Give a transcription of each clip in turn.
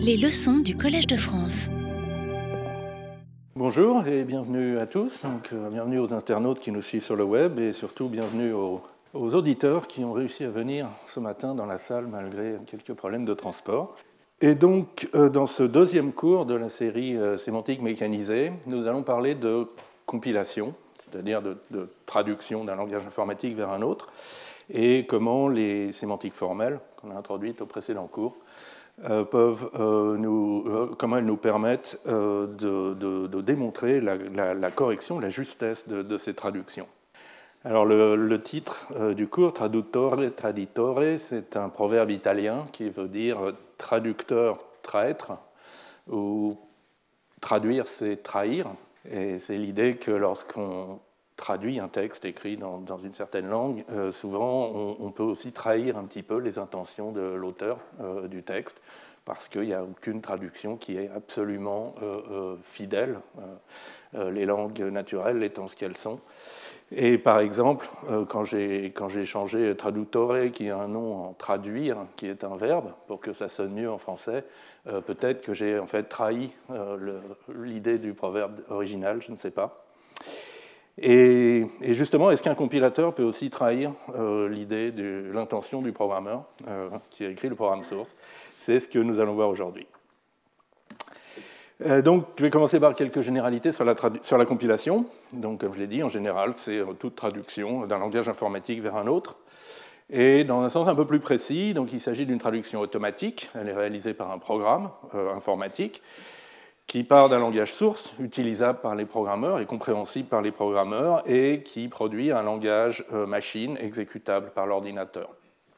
Les leçons du Collège de France. Bonjour et bienvenue à tous. Bienvenue aux internautes qui nous suivent sur le web et surtout bienvenue aux auditeurs qui ont réussi à venir ce matin dans la salle malgré quelques problèmes de transport. Et donc, dans ce deuxième cours de la série sémantique mécanisée, nous allons parler de compilation, c'est-à-dire de traduction d'un langage informatique vers un autre, et comment les sémantiques formelles qu'on a introduites au précédent cours comment elles nous permettent de démontrer la correction, la justesse de ces traductions. Alors le titre du cours, Traduttore, traditore, c'est un proverbe italien qui veut dire traducteur, traître, ou traduire, c'est trahir. Et c'est l'idée que lorsqu'on traduit un texte écrit dans une certaine langue, souvent on peut aussi trahir un petit peu les intentions de l'auteur du texte, parce qu'il n'y a aucune traduction qui est absolument fidèle, les langues naturelles étant ce qu'elles sont. Et par exemple, quand j'ai changé traduttore, qui est un nom en traduire, qui est un verbe, pour que ça sonne mieux en français, peut-être que j'ai en fait trahi l'idée du proverbe original, je ne sais pas. Et justement, est-ce qu'un compilateur peut aussi trahir l'idée de l'intention du programmeur qui a écrit le programme source? C'est ce que nous allons voir aujourd'hui. Donc, je vais commencer par quelques généralités sur la compilation. Donc, comme je l'ai dit, en général, c'est toute traduction d'un langage informatique vers un autre. Et dans un sens un peu plus précis, donc, il s'agit d'une traduction automatique. Elle est réalisée par un programme informatique qui part d'un langage source, utilisable par les programmeurs et compréhensible par les programmeurs, et qui produit un langage machine exécutable par l'ordinateur.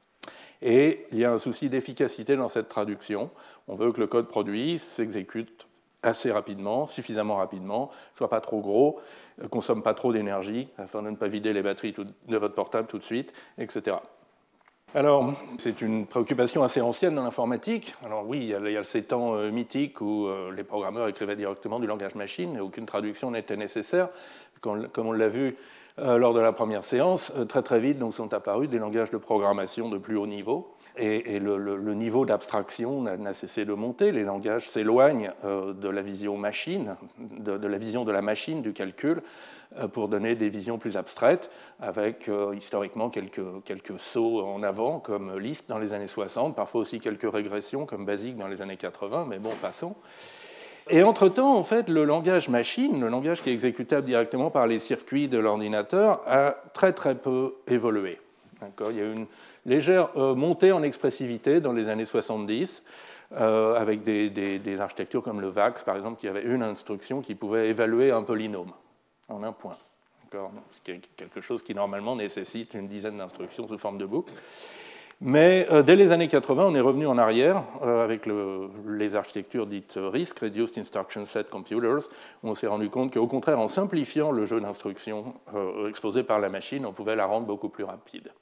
Et il y a un souci d'efficacité dans cette traduction. On veut que le code produit s'exécute assez rapidement, suffisamment rapidement, soit pas trop gros, consomme pas trop d'énergie, afin de ne pas vider les batteries de votre portable tout de suite, etc. Alors, c'est une préoccupation assez ancienne dans l'informatique. Alors oui, il y a ces temps mythiques où les programmeurs écrivaient directement du langage machine et aucune traduction n'était nécessaire. Comme on l'a vu lors de la première séance, très très vite donc, sont apparus des langages de programmation de plus haut niveau. Et le niveau d'abstraction n'a cessé de monter. Les langages s'éloignent de la vision machine, de la vision de la machine, du calcul, pour donner des visions plus abstraites, avec historiquement quelques sauts en avant, comme Lisp dans les années 60, parfois aussi quelques régressions, comme BASIC dans les années 80, mais bon, passons. Et entre-temps, en fait, le langage machine, le langage qui est exécutable directement par les circuits de l'ordinateur, a très très peu évolué. D'accord ? Il y a eu une légère montée en expressivité dans les années 70, avec des architectures comme le VAX, par exemple, qui avait une instruction qui pouvait évaluer un polynôme en un point. C'est quelque chose qui normalement nécessite une dizaine d'instructions sous forme de boucle. Mais dès les années 80, on est revenu en arrière avec les architectures dites RISC, Reduced Instruction Set Computers, où on s'est rendu compte qu'au contraire, en simplifiant le jeu d'instructions exposé par la machine, on pouvait la rendre beaucoup plus rapide.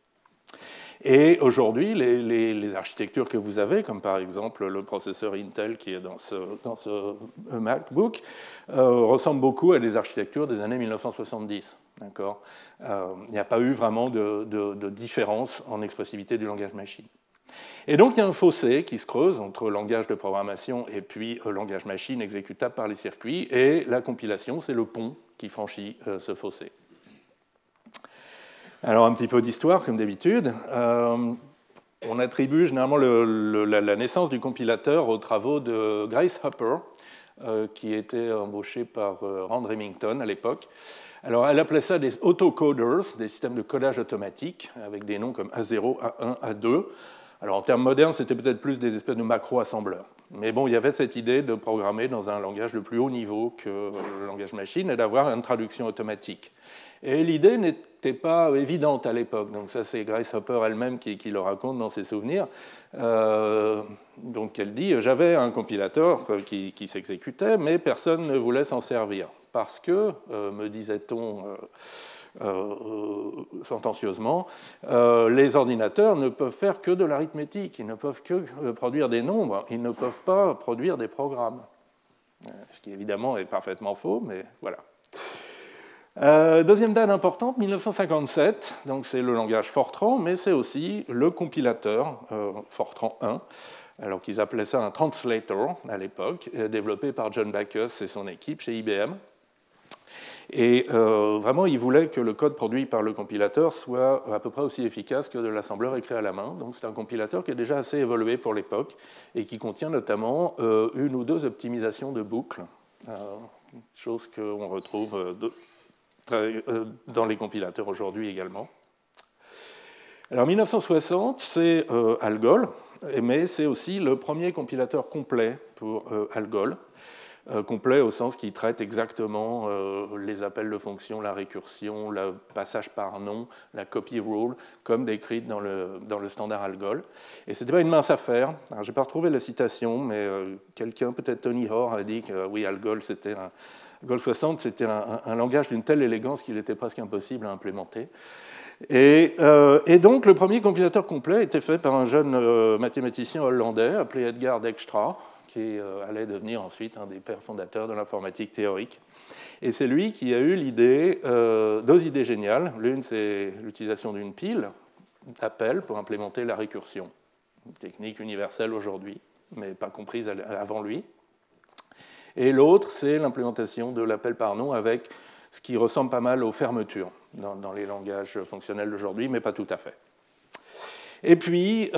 Et aujourd'hui, les architectures que vous avez, comme par exemple le processeur Intel qui est dans ce MacBook, ressemblent beaucoup à des architectures des années 1970. D'accord ? Il n'y a pas eu vraiment de différence en expressivité du langage machine. Et donc il y a un fossé qui se creuse entre le langage de programmation et puis le langage machine exécutable par les circuits, et la compilation, c'est le pont qui franchit ce fossé. Alors, un petit peu d'histoire, comme d'habitude. On attribue généralement la naissance du compilateur aux travaux de Grace Hopper, qui était embauchée par Rand Remington à l'époque. Alors, elle appelait ça des autocoders, des systèmes de codage automatique, avec des noms comme A0, A1, A2. Alors, en termes modernes, c'était peut-être plus des espèces de macro-assembleurs. Mais bon, il y avait cette idée de programmer dans un langage de plus haut niveau que le langage machine et d'avoir une traduction automatique. Et l'idée n'était pas évidente à l'époque. Donc ça, c'est Grace Hopper elle-même qui le raconte dans ses souvenirs. Donc elle dit « J'avais un compilateur qui s'exécutait, mais personne ne voulait s'en servir. Parce que, me disait-on sentencieusement, les ordinateurs ne peuvent faire que de l'arithmétique. Ils ne peuvent que produire des nombres. Ils ne peuvent pas produire des programmes. » Ce qui évidemment est parfaitement faux, mais voilà. Deuxième date importante, 1957, donc c'est le langage Fortran, mais c'est aussi le compilateur Fortran 1, alors qu'ils appelaient ça un translator à l'époque, développé par John Backus et son équipe chez IBM. Et vraiment, ils voulaient que le code produit par le compilateur soit à peu près aussi efficace que de l'assembleur écrit à la main. Donc c'est un compilateur qui est déjà assez évolué pour l'époque et qui contient notamment une ou deux optimisations de boucles, chose qu'on retrouve dans les compilateurs aujourd'hui également. Alors 1960, c'est Algol, mais c'est aussi le premier compilateur complet pour Algol, complet au sens qu'il traite exactement les appels de fonction, la récursion, le passage par nom, la copy rule, comme décrite dans le standard Algol. Et ce n'était pas une mince affaire. Alors, je n'ai pas retrouvé la citation, mais quelqu'un, peut-être Tony Hoare, a dit que oui, Algol 60, c'était un langage d'une telle élégance qu'il était presque impossible à implémenter. Et donc, le premier compilateur complet a été fait par un jeune mathématicien hollandais appelé Edgar Dijkstra, qui allait devenir ensuite un des pères fondateurs de l'informatique théorique. Et c'est lui qui a eu deux idées géniales. L'une, c'est l'utilisation d'une pile d'appel pour implémenter la récursion, une technique universelle aujourd'hui, mais pas comprise avant lui. Et l'autre, c'est l'implémentation de l'appel par nom avec ce qui ressemble pas mal aux fermetures dans les langages fonctionnels d'aujourd'hui, mais pas tout à fait. Et puis,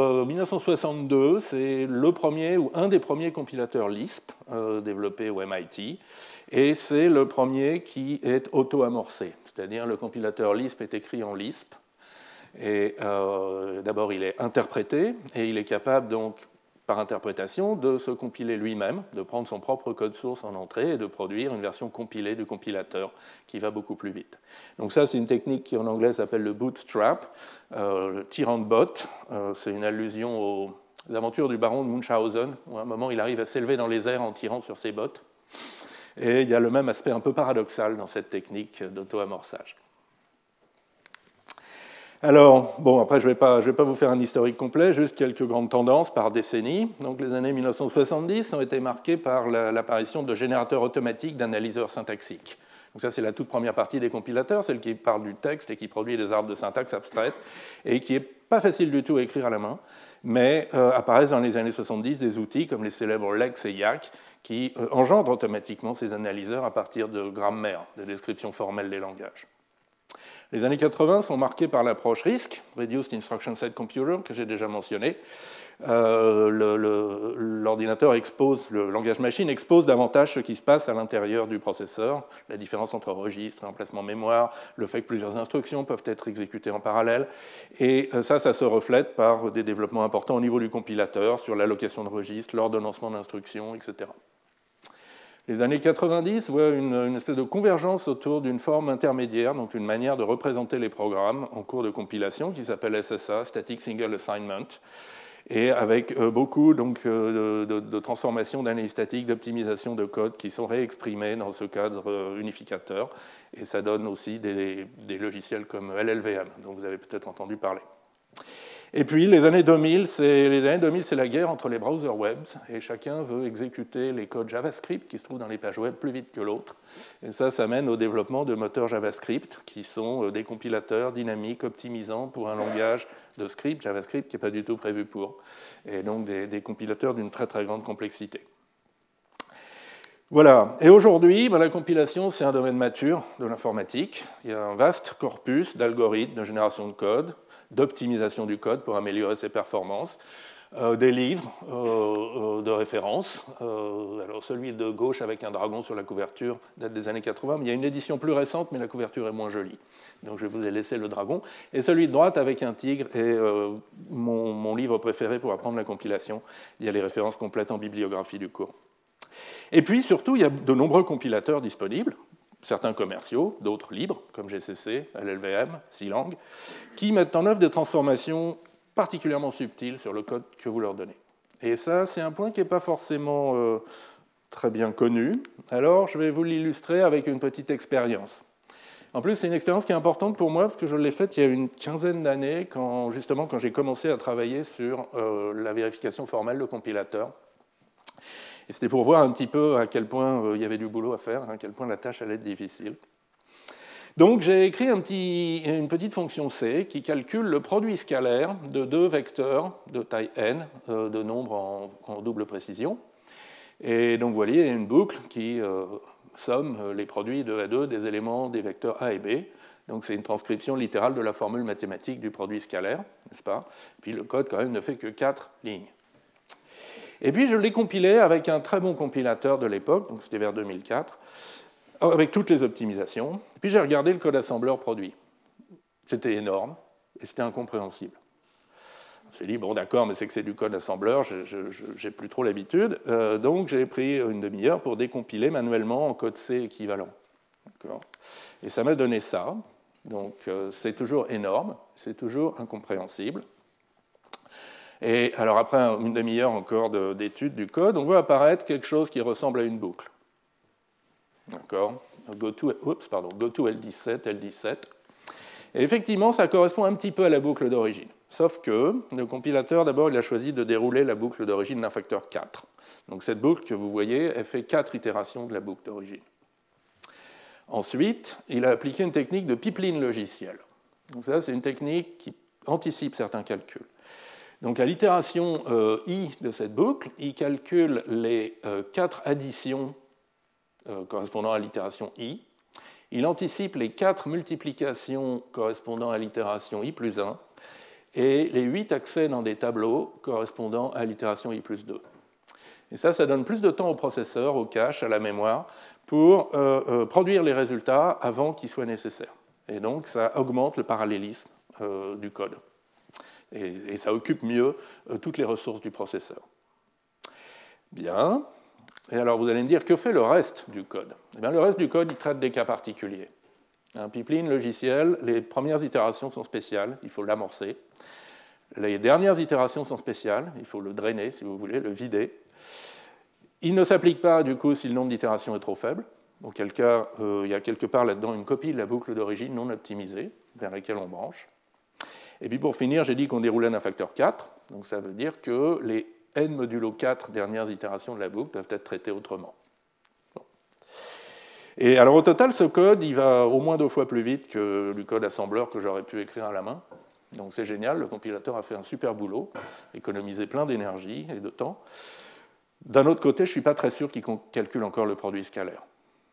1962, c'est le premier ou un des premiers compilateurs Lisp développés au MIT, et c'est le premier qui est auto-amorcé, c'est-à-dire le compilateur Lisp est écrit en Lisp, et d'abord il est interprété, et il est capable donc, par interprétation, de se compiler lui-même, de prendre son propre code source en entrée et de produire une version compilée du compilateur qui va beaucoup plus vite. Donc ça, c'est une technique qui en anglais s'appelle le bootstrap, le tirant de botte. C'est une allusion aux aventures du baron de Munchausen, où à un moment il arrive à s'élever dans les airs en tirant sur ses bottes. Et il y a le même aspect un peu paradoxal dans cette technique d'auto-amorçage. Alors, bon, après, je ne vais pas vous faire un historique complet, juste quelques grandes tendances par décennie. Donc, les années 1970 ont été marquées par l'apparition de générateurs automatiques d'analyseurs syntaxiques. Donc ça, c'est la toute première partie des compilateurs, celle qui parle du texte et qui produit des arbres de syntaxe abstraites, et qui n'est pas facile du tout à écrire à la main, mais apparaissent dans les années 70 des outils comme les célèbres Lex et Yacc, qui engendrent automatiquement ces analyseurs à partir de grammaire, de descriptions formelles des langages. Les années 80 sont marquées par l'approche RISC, Reduced Instruction Set Computer, que j'ai déjà mentionné. L'ordinateur expose, le langage machine expose davantage ce qui se passe à l'intérieur du processeur, la différence entre registre et emplacement mémoire, le fait que plusieurs instructions peuvent être exécutées en parallèle. Et ça se reflète par des développements importants au niveau du compilateur, sur l'allocation de registres, l'ordonnancement d'instructions, etc. Les années 90 voient une espèce de convergence autour d'une forme intermédiaire, donc une manière de représenter les programmes en cours de compilation qui s'appelle SSA, Static Single Assignment, et avec beaucoup donc, de transformations d'analyse statique, d'optimisation de code qui sont réexprimées dans ce cadre unificateur. Et ça donne aussi des logiciels comme LLVM, dont vous avez peut-être entendu parler. Et puis, les années 2000, c'est la guerre entre les browsers web, et chacun veut exécuter les codes JavaScript qui se trouvent dans les pages web plus vite que l'autre. Et ça mène au développement de moteurs JavaScript, qui sont des compilateurs dynamiques optimisants pour un langage de script, JavaScript, qui n'est pas du tout prévu pour. Et donc des compilateurs d'une très très grande complexité. Voilà. Et aujourd'hui, la compilation, c'est un domaine mature de l'informatique. Il y a un vaste corpus d'algorithmes de génération de code, d'optimisation du code pour améliorer ses performances, des livres de référence. Alors celui de gauche avec un dragon sur la couverture date des années 80, mais il y a une édition plus récente, mais la couverture est moins jolie. Donc je vous ai laissé le dragon. Et celui de droite avec un tigre est mon livre préféré pour apprendre la compilation. Il y a les références complètes en bibliographie du cours. Et puis surtout, il y a de nombreux compilateurs disponibles, certains commerciaux, d'autres libres, comme GCC, LLVM, Clang, qui mettent en œuvre des transformations particulièrement subtiles sur le code que vous leur donnez. Et ça, c'est un point qui n'est pas forcément très bien connu. Alors, je vais vous l'illustrer avec une petite expérience. En plus, c'est une expérience qui est importante pour moi, parce que je l'ai faite il y a une quinzaine d'années, quand j'ai commencé à travailler sur la vérification formelle de compilateurs. Et c'était pour voir un petit peu à quel point il y avait du boulot à faire, à quel point la tâche allait être difficile. Donc j'ai écrit une petite fonction C qui calcule le produit scalaire de deux vecteurs de taille n, de nombres en double précision. Et donc vous voyez, il y a une boucle qui somme les produits 2 à 2 des éléments des vecteurs A et B. Donc c'est une transcription littérale de la formule mathématique du produit scalaire, n'est-ce pas? Puis le code quand même ne fait que 4 lignes. Et puis je l'ai compilé avec un très bon compilateur de l'époque, donc c'était vers 2004, avec toutes les optimisations. Puis j'ai regardé le code assembleur produit. C'était énorme et c'était incompréhensible. Je me suis dit, bon d'accord, mais c'est que c'est du code assembleur, je n'ai plus trop l'habitude. Donc j'ai pris une demi-heure pour décompiler manuellement en code C équivalent. Et ça m'a donné ça. Donc c'est toujours énorme, c'est toujours incompréhensible. Et alors après une demi-heure encore d'étude du code, on voit apparaître quelque chose qui ressemble à une boucle. D'accord, go to L17, L17. Et effectivement, ça correspond un petit peu à la boucle d'origine. Sauf que le compilateur, d'abord, il a choisi de dérouler la boucle d'origine d'un facteur 4. Donc cette boucle que vous voyez, elle fait 4 itérations de la boucle d'origine. Ensuite, il a appliqué une technique de pipeline logiciel. Donc ça, c'est une technique qui anticipe certains calculs. Donc à l'itération i de cette boucle, il calcule les 4 additions correspondant à l'itération i. Il anticipe les 4 multiplications correspondant à l'itération i plus 1 et les 8 accès dans des tableaux correspondant à l'itération i plus 2. Et ça donne plus de temps au processeur, au cache, à la mémoire, pour produire les résultats avant qu'ils soient nécessaires. Et donc ça augmente le parallélisme du code. Et ça occupe mieux toutes les ressources du processeur. Bien. Et alors vous allez me dire, que fait le reste du code? Eh bien, le reste du code, il traite des cas particuliers. Un pipeline logiciel, les premières itérations sont spéciales, il faut l'amorcer. Les dernières itérations sont spéciales, il faut le drainer, si vous voulez, le vider. Il ne s'applique pas, du coup, si le nombre d'itérations est trop faible. Auquel cas, il y a quelque part là-dedans une copie de la boucle d'origine non optimisée, vers laquelle on branche. Et puis pour finir, j'ai dit qu'on déroulait d'un facteur 4, donc ça veut dire que les n modulo 4 dernières itérations de la boucle doivent être traitées autrement. Bon. Et alors au total, ce code, il va au moins 2 fois plus vite que du code assembleur que j'aurais pu écrire à la main. Donc c'est génial, le compilateur a fait un super boulot, économisé plein d'énergie et de temps. D'un autre côté, je ne suis pas très sûr qu'il calcule encore le produit scalaire.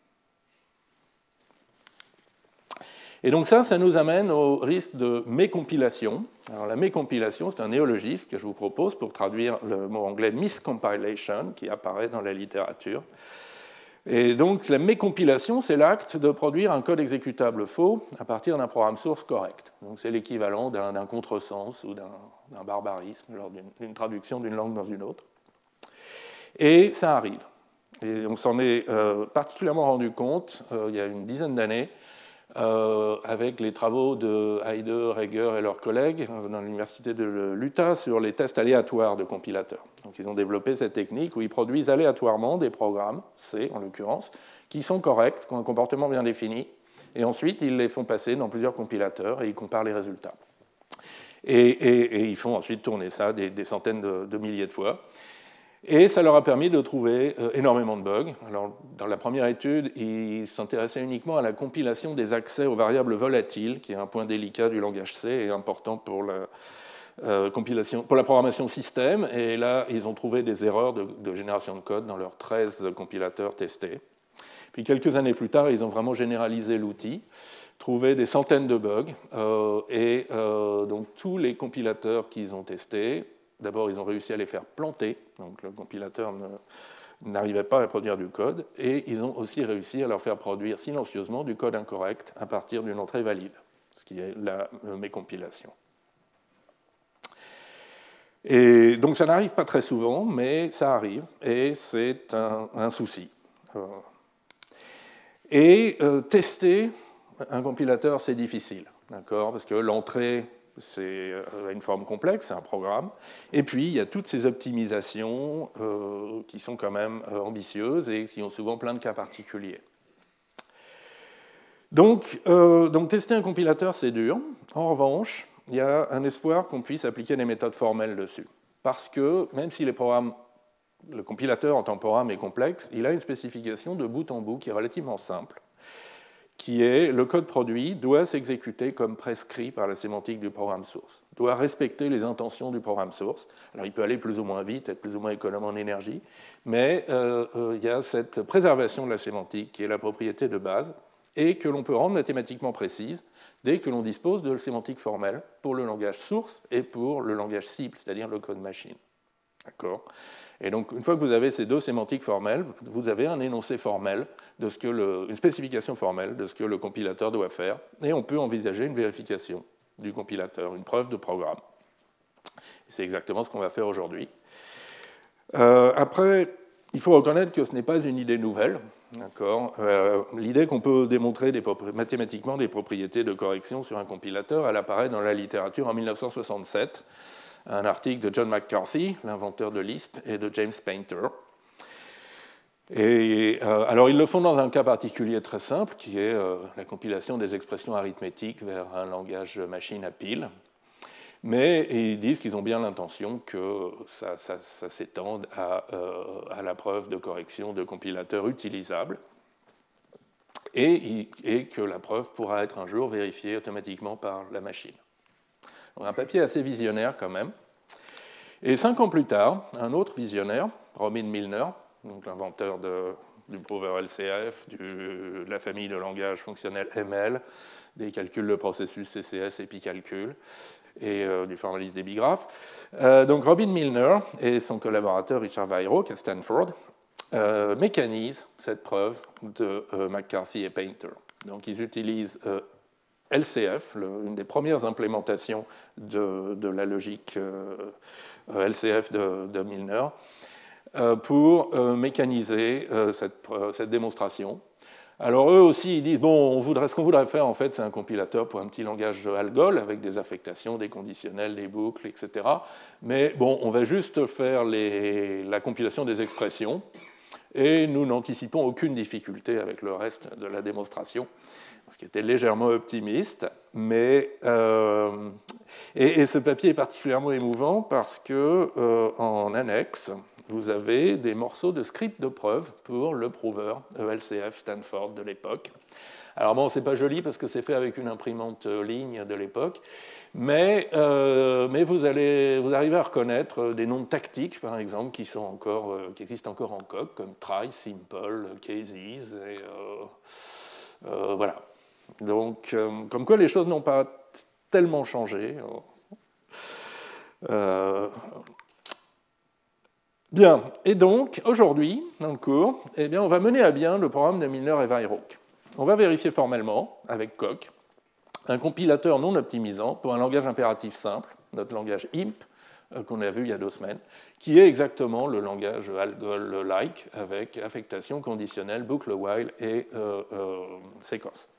Et donc ça nous amène au risque de mécompilation. Alors la mécompilation, c'est un néologisme que je vous propose pour traduire le mot anglais miscompilation qui apparaît dans la littérature. Et donc la mécompilation, c'est l'acte de produire un code exécutable faux à partir d'un programme source correct. Donc c'est l'équivalent d'un contresens ou d'un barbarisme lors d'une traduction d'une langue dans une autre. Et ça arrive. Et on s'en est particulièrement rendu compte il y a une dizaine d'années avec les travaux de Heide, Reger et leurs collègues dans l'université de l'Utah sur les tests aléatoires de compilateurs. Donc ils ont développé cette technique où ils produisent aléatoirement des programmes, C en l'occurrence, qui sont corrects, qui ont un comportement bien défini, et ensuite ils les font passer dans plusieurs compilateurs et ils comparent les résultats. Et ils font ensuite tourner ça des centaines de milliers de fois. Et ça leur a permis de trouver énormément de bugs. Alors, dans la première étude, ils s'intéressaient uniquement à la compilation des accès aux variables volatiles, qui est un point délicat du langage C et important pour la programmation système. Et là, ils ont trouvé des erreurs de génération de code dans leurs 13 compilateurs testés. Puis quelques années plus tard, ils ont vraiment généralisé l'outil, trouvé des centaines de bugs. Donc tous les compilateurs qu'ils ont testés, d'abord, ils ont réussi à les faire planter, donc le compilateur n'arrivait pas à produire du code, et ils ont aussi réussi à leur faire produire silencieusement du code incorrect à partir d'une entrée valide, ce qui est la mécompilation. Et donc ça n'arrive pas très souvent, mais ça arrive, et c'est un souci. Tester un compilateur, c'est difficile, d'accord, parce que l'entrée, c'est une forme complexe, c'est un programme. Et puis, il y a toutes ces optimisations qui sont quand même ambitieuses et qui ont souvent plein de cas particuliers. Donc tester un compilateur, c'est dur. En revanche, il y a un espoir qu'on puisse appliquer des méthodes formelles dessus. Parce que, même si le compilateur en tant que programme est complexe, il a une spécification de bout en bout qui est relativement simple, qui est le code produit doit s'exécuter comme prescrit par la sémantique du programme source, doit respecter les intentions du programme source. Alors il peut aller plus ou moins vite, être plus ou moins économe en énergie, mais il y a cette préservation de la sémantique qui est la propriété de base et que l'on peut rendre mathématiquement précise dès que l'on dispose de sémantique formelle pour le langage source et pour le langage cible, c'est-à-dire le code machine. D'accord ? Et donc, une fois que vous avez ces deux sémantiques formelles, vous avez un énoncé formel, une spécification formelle de ce que le compilateur doit faire, et on peut envisager une vérification du compilateur, une preuve de programme. C'est exactement ce qu'on va faire aujourd'hui. Après, il faut reconnaître que ce n'est pas une idée nouvelle. L'idée qu'on peut démontrer mathématiquement des propriétés de correction sur un compilateur, elle apparaît dans la littérature en 1967, un article de John McCarthy, l'inventeur de Lisp, et de James Painter. Alors, ils le font dans un cas particulier très simple, qui est la compilation des expressions arithmétiques vers un langage machine à piles. Mais ils disent qu'ils ont bien l'intention que ça s'étende à la preuve de correction de compilateurs utilisables et que la preuve pourra être un jour vérifiée automatiquement par la machine. Donc, un papier assez visionnaire quand même. Et 5 ans plus tard, un autre visionnaire, Robin Milner, donc l'inventeur du prover LCF, de la famille de langages fonctionnels ML, des calculs de processus CCS et Picalcul, et du formalisme des bigraphes. Donc Robin Milner et son collaborateur Richard Weirauch à Stanford mécanisent cette preuve de McCarthy et Painter. Donc ils utilisent LCF, une des premières implémentations de la logique LCF de Milner, pour mécaniser cette démonstration. Alors eux aussi, ils disent, bon, ce qu'on voudrait faire, en fait, c'est un compilateur pour un petit langage Algol, avec des affectations, des conditionnels, des boucles, etc. Mais bon, on va juste faire la compilation des expressions, et nous n'anticipons aucune difficulté avec le reste de la démonstration, ce qui était légèrement optimiste, mais et ce papier est particulièrement émouvant parce que en annexe, vous avez des morceaux de script de preuve pour le prover ELCF Stanford de l'époque. Alors bon, c'est pas joli parce que c'est fait avec une imprimante ligne de l'époque, mais vous arrivez à reconnaître des noms tactiques, par exemple, qui existent encore en Coq, comme try, simple, cases, et voilà. Donc, comme quoi les choses n'ont pas tellement changé. Bien, et donc, aujourd'hui, dans le cours, eh bien, on va mener à bien le programme de Milner et Weirauch. On va vérifier formellement, avec Coq, un compilateur non optimisant pour un langage impératif simple, notre langage IMP, qu'on a vu il y a 2 semaines, qui est exactement le langage Algol-like, avec affectation conditionnelle, boucle while et séquence.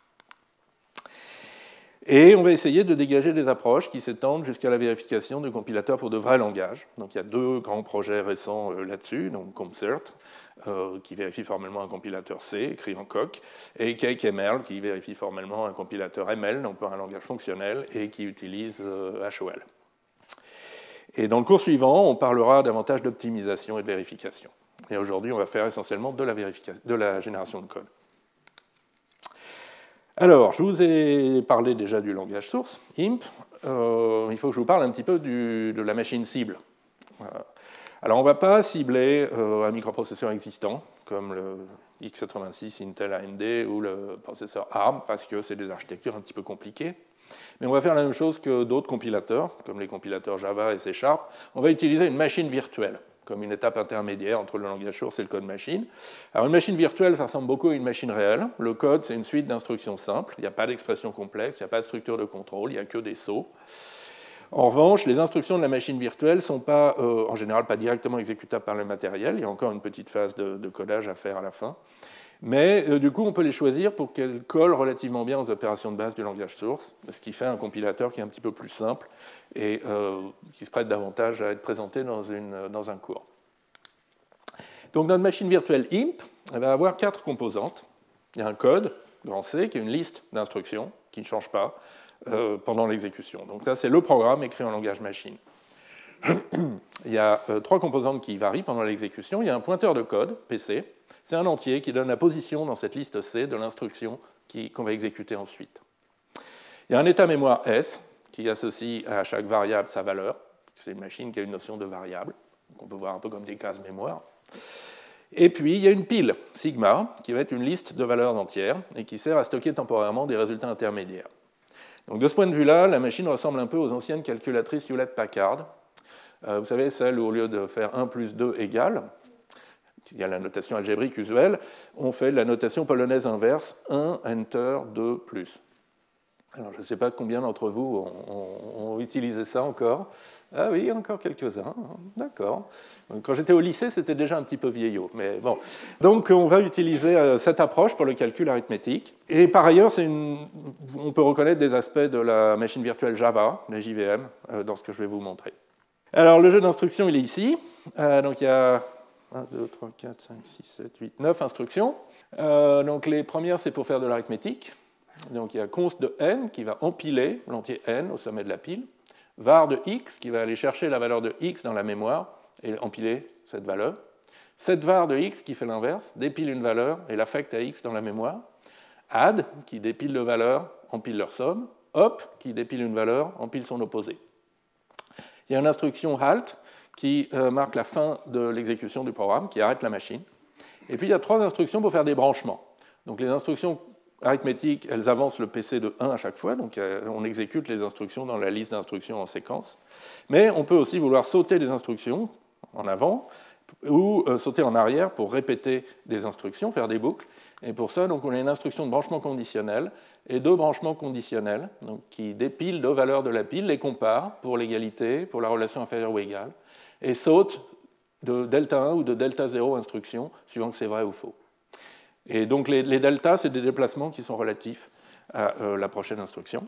Et on va essayer de dégager des approches qui s'étendent jusqu'à la vérification de compilateurs pour de vrais langages. Donc il y a 2 grands projets récents là-dessus, donc CompCert, qui vérifie formellement un compilateur C, écrit en Coq, et CakeML, qui vérifie formellement un compilateur ML, donc pour un langage fonctionnel, et qui utilise HOL. Et dans le cours suivant, on parlera davantage d'optimisation et de vérification. Et aujourd'hui, on va faire essentiellement de la génération de code. Alors, je vous ai parlé déjà du langage source, IMP. Il faut que je vous parle un petit peu de la machine cible. Alors, on ne va pas cibler un microprocesseur existant, comme le x86 Intel AMD ou le processeur ARM, parce que c'est des architectures un petit peu compliquées. Mais on va faire la même chose que d'autres compilateurs, comme les compilateurs Java et C#. On va utiliser une machine virtuelle comme une étape intermédiaire entre le langage source et le code machine. Alors une machine virtuelle, ça ressemble beaucoup à une machine réelle. Le code, c'est une suite d'instructions simples. Il n'y a pas d'expression complexe, il n'y a pas de structure de contrôle, il n'y a que des sauts. En revanche, les instructions de la machine virtuelle ne sont pas, en général, pas directement exécutables par le matériel. Il y a encore une petite phase de codage à faire à la fin. Mais du coup, on peut les choisir pour qu'elles collent relativement bien aux opérations de base du langage source, ce qui fait un compilateur qui est un petit peu plus simple et qui se prête davantage à être présenté dans un cours. Donc notre machine virtuelle IMP elle va avoir 4 composantes. Il y a un code, grand C, qui est une liste d'instructions qui ne change pas pendant l'exécution. Donc là, c'est le programme écrit en langage machine. Il y a 3 composantes qui varient pendant l'exécution. Il y a un pointeur de code, PC. C'est un entier qui donne la position dans cette liste C de l'instruction qu'on va exécuter ensuite. Il y a un état mémoire S qui associe à chaque variable sa valeur. C'est une machine qui a une notion de variable, qu'on peut voir un peu comme des cases mémoire. Et puis, il y a une pile, sigma, qui va être une liste de valeurs entières et qui sert à stocker temporairement des résultats intermédiaires. Donc, de ce point de vue-là, la machine ressemble un peu aux anciennes calculatrices Hewlett-Packard. Vous savez, celles où, au lieu de faire 1 plus 2 égale, il y a la notation algébrique usuelle, on fait la notation polonaise inverse, 1, enter, 2, plus. Alors, je ne sais pas combien d'entre vous ont utilisé ça encore. Ah oui, encore quelques-uns, d'accord. Quand j'étais au lycée, c'était déjà un petit peu vieillot, mais bon. Donc, on va utiliser cette approche pour le calcul arithmétique. Et par ailleurs, on peut reconnaître des aspects de la machine virtuelle Java, la JVM, dans ce que je vais vous montrer. Alors, le jeu d'instructions, il est ici. Donc, il y a 1, 2, 3, 4, 5, 6, 7, 8, 9 instructions. Donc, les premières, c'est pour faire de l'arithmétique. Donc, il y a const de n qui va empiler l'entier n au sommet de la pile, var de x qui va aller chercher la valeur de x dans la mémoire et empiler cette valeur, set var de x qui fait l'inverse, dépile une valeur et l'affecte à x dans la mémoire, add qui dépile deux valeurs, empile leur somme, op qui dépile une valeur, empile son opposé. Il y a une instruction halt qui marque la fin de l'exécution du programme, qui arrête la machine. Et puis il y a 3 instructions pour faire des branchements. Donc les instructions arithmétiques, elles avancent le PC de 1 à chaque fois, donc on exécute les instructions dans la liste d'instructions en séquence. Mais on peut aussi vouloir sauter des instructions en avant ou sauter en arrière pour répéter des instructions, faire des boucles. Et pour ça, donc, on a une instruction de branchement conditionnel et 2 branchements conditionnels donc, qui dépilent 2 valeurs de la pile, les comparent pour l'égalité, pour la relation inférieure ou égale, et sautent de delta 1 ou de delta 0 instructions, suivant que c'est vrai ou faux. Et donc les deltas, c'est des déplacements qui sont relatifs à la prochaine instruction.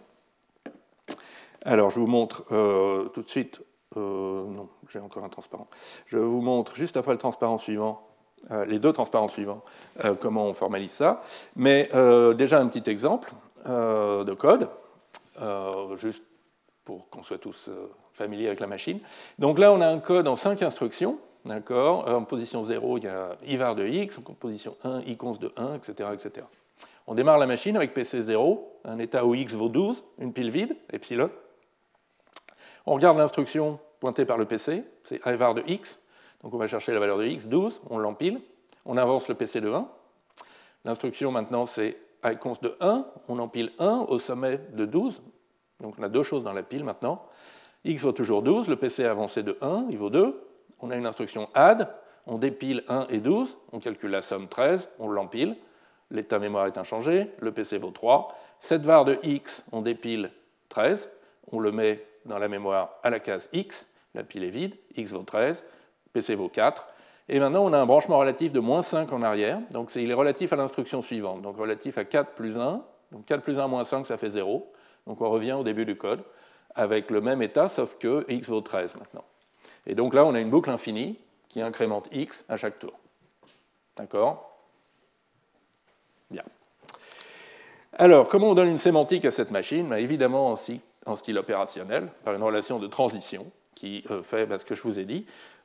Alors, je vous montre tout de suite... non, j'ai encore un transparent. Je vous montre juste après le transparent suivant, les 2 transparents suivants, comment on formalise ça. Mais déjà un petit exemple de code, juste pour qu'on soit tous familiers avec la machine. Donc là, on a un code en 5 instructions. D'accord. En position 0, il y a ivar de x, en position 1, iconst de 1, etc., etc. On démarre la machine avec PC 0, un état où x vaut 12, une pile vide, epsilon. On regarde l'instruction pointée par le PC, c'est ivar de x, donc on va chercher la valeur de x, 12, on l'empile, on avance le PC de 1. L'instruction maintenant c'est iconst de 1, on empile 1 au sommet de 12, donc on a 2 choses dans la pile maintenant. X vaut toujours 12, le PC a avancé de 1, il vaut 2. On a une instruction add, on dépile 1 et 12, on calcule la somme 13, on l'empile, l'état mémoire est inchangé, le PC vaut 3, set var de x, on dépile 13, on le met dans la mémoire à la case x, la pile est vide, x vaut 13, PC vaut 4, et maintenant on a un branchement relatif de moins 5 en arrière, donc il est relatif à l'instruction suivante, donc relatif à 4 plus 1, donc 4 plus 1 moins 5 ça fait 0, donc on revient au début du code, avec le même état, sauf que x vaut 13 maintenant. Et donc là, on a une boucle infinie qui incrémente x à chaque tour. D'accord ? Bien. Alors, comment on donne une sémantique à cette machine ? Évidemment, en style opérationnel, par une relation de transition qui fait ce que je vous ai dit.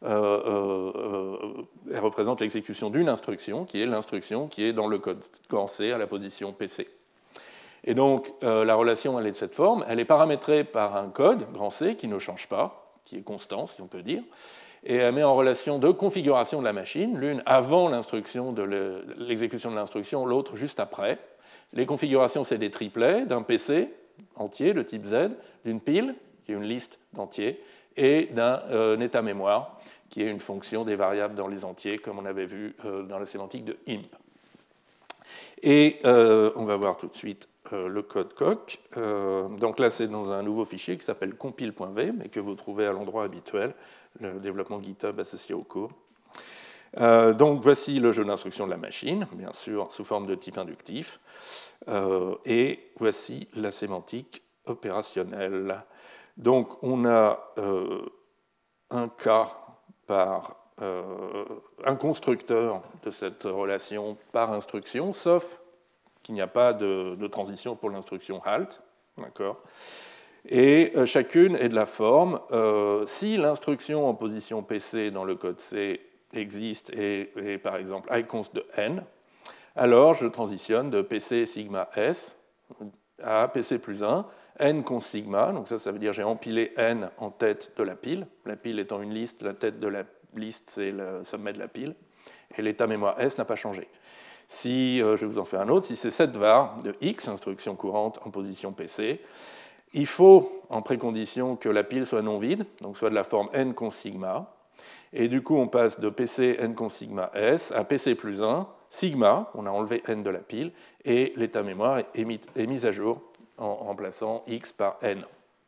Elle représente l'exécution d'une instruction, qui est l'instruction qui est dans le code grand C à la position PC. Et donc, la relation, elle est de cette forme. Elle est paramétrée par un code grand C qui ne change pas, qui est constant, si on peut dire, et elle met en relation 2 configurations de la machine, l'une avant l'instruction l'exécution de l'instruction, l'autre juste après. Les configurations, c'est des triplets d'un PC entier de type Z, d'une pile, qui est une liste d'entiers, et d'un état mémoire, qui est une fonction des variables dans les entiers, comme on avait vu dans la sémantique de imp. Et on va voir tout de suite le code coq. Donc là, c'est dans un nouveau fichier qui s'appelle compile.v, mais que vous trouvez à l'endroit habituel, le développement GitHub associé au cours. Donc voici le jeu d'instruction de la machine, bien sûr, sous forme de type inductif. Et voici la sémantique opérationnelle. Donc on a un cas par un constructeur de cette relation par instruction, sauf qu'il n'y a pas de transition pour l'instruction halt. D'accord. Et chacune est de la forme. Si l'instruction en position PC dans le code C existe et par exemple iconst de n, alors je transitionne de PC sigma S à PC plus 1, n cons sigma, donc ça veut dire que j'ai empilé n en tête de la pile étant une liste, la tête de la liste c'est le sommet de la pile, et l'état mémoire S n'a pas changé. Si, je vais vous en faire un autre, si c'est cette var de x, instruction courante en position PC, il faut en précondition que la pile soit non vide, donc soit de la forme n cons sigma, et du coup on passe de PC n cons sigma S à PC plus 1, sigma, on a enlevé n de la pile, et l'état mémoire est mis à jour en remplaçant x par n.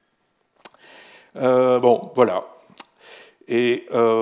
Bon, voilà. Et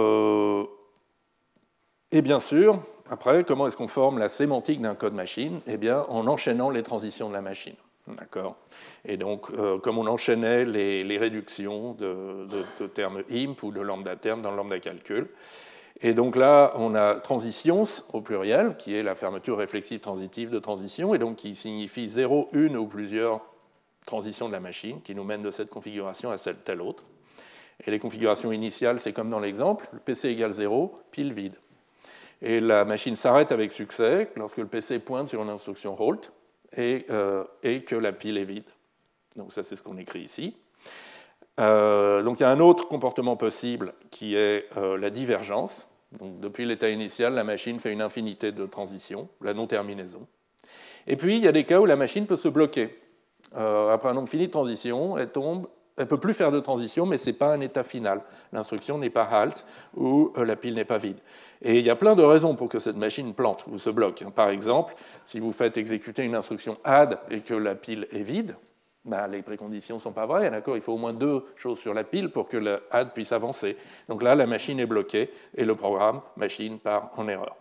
bien sûr, après, comment est-ce qu'on forme la sémantique d'un code machine? Eh bien, en enchaînant les transitions de la machine. D'accord. Et donc, comme on enchaînait les réductions de termes imp ou de lambda termes dans le lambda calcul. Et donc là, on a transitions au pluriel, qui est la fermeture réflexive transitive de transition, et donc qui signifie 0, une ou plusieurs transitions de la machine, qui nous mènent de cette configuration à telle autre. Et les configurations initiales, c'est comme dans l'exemple, le PC égale 0, pile vide. Et la machine s'arrête avec succès lorsque le PC pointe sur une instruction halt et que la pile est vide. Donc ça, c'est ce qu'on écrit ici. Donc il y a un autre comportement possible qui est la divergence. Donc, depuis l'état initial, la machine fait une infinité de transitions, la non-terminaison. Et puis il y a des cas où la machine peut se bloquer. Après un nombre fini de transitions, elle ne peut plus faire de transition, mais ce n'est pas un état final. L'instruction n'est pas halt ou la pile n'est pas vide. Et il y a plein de raisons pour que cette machine plante ou se bloque. Par exemple, si vous faites exécuter une instruction add et que la pile est vide, ben, les préconditions ne sont pas vraies, d'accord ? Il faut au moins deux choses sur la pile pour que le add puisse avancer. Donc là, la machine est bloquée et le programme machine part en erreur.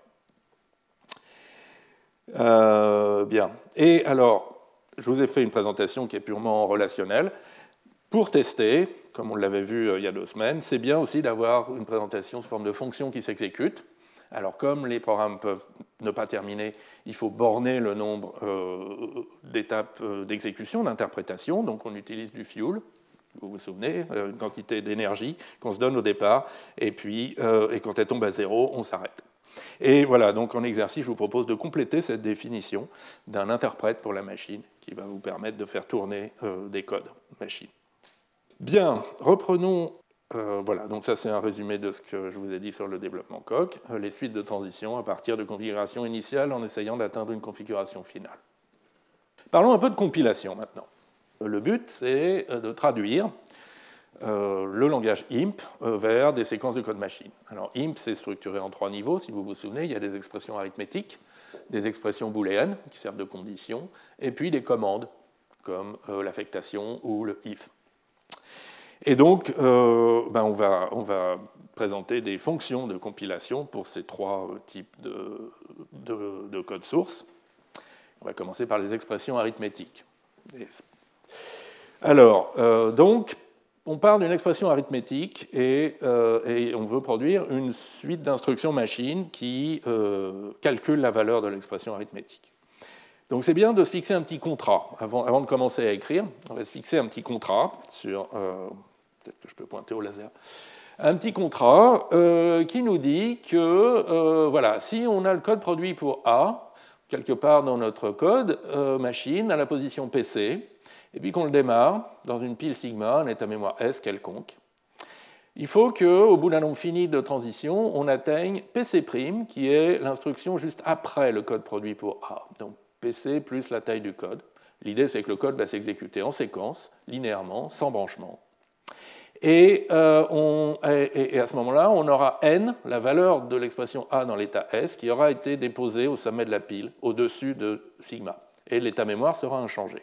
Bien. Et alors, je vous ai fait une présentation qui est purement relationnelle. Pour tester, comme on l'avait vu il y a 2 semaines, c'est bien aussi d'avoir une présentation sous forme de fonction qui s'exécute. Alors, comme les programmes peuvent ne pas terminer, il faut borner le nombre d'étapes d'exécution, d'interprétation. Donc, on utilise du fuel, vous vous souvenez, une quantité d'énergie qu'on se donne au départ, et puis, et quand elle tombe à 0, on s'arrête. Et voilà, donc en exercice, je vous propose de compléter cette définition d'un interprète pour la machine qui va vous permettre de faire tourner des codes machine. Bien, reprenons. Voilà, donc ça c'est un résumé de ce que je vous ai dit sur le développement Coq, les suites de transition à partir de configurations initiales en essayant d'atteindre une configuration finale. Parlons un peu de compilation maintenant. Le but c'est de traduire le langage IMP vers des séquences de code machine. Alors IMP c'est structuré en 3 niveaux, si vous vous souvenez, il y a des expressions arithmétiques, des expressions booléennes qui servent de conditions, et puis des commandes comme l'affectation ou le if. Et donc, on va présenter des fonctions de compilation pour ces 3 types de code source. On va commencer par les expressions arithmétiques. Alors, donc, on parle d'une expression arithmétique et on veut produire une suite d'instructions machine qui calcule la valeur de l'expression arithmétique. Donc c'est bien de se fixer un petit contrat. Avant de commencer à écrire, on va se fixer un petit contrat sur... peut-être que je peux pointer au laser. Un petit contrat qui nous dit que voilà, si on a le code produit pour A, quelque part dans notre code machine, à la position PC, et puis qu'on le démarre dans une pile sigma, un état mémoire S quelconque, il faut qu'au bout d'un nombre fini de transitions, on atteigne PC', qui est l'instruction juste après le code produit pour A. Donc PC plus la taille du code. L'idée, c'est que le code va s'exécuter en séquence, linéairement, sans branchement. Et à ce moment-là, on aura n, la valeur de l'expression A dans l'état S, qui aura été déposée au sommet de la pile, au-dessus de sigma. Et l'état mémoire sera inchangé.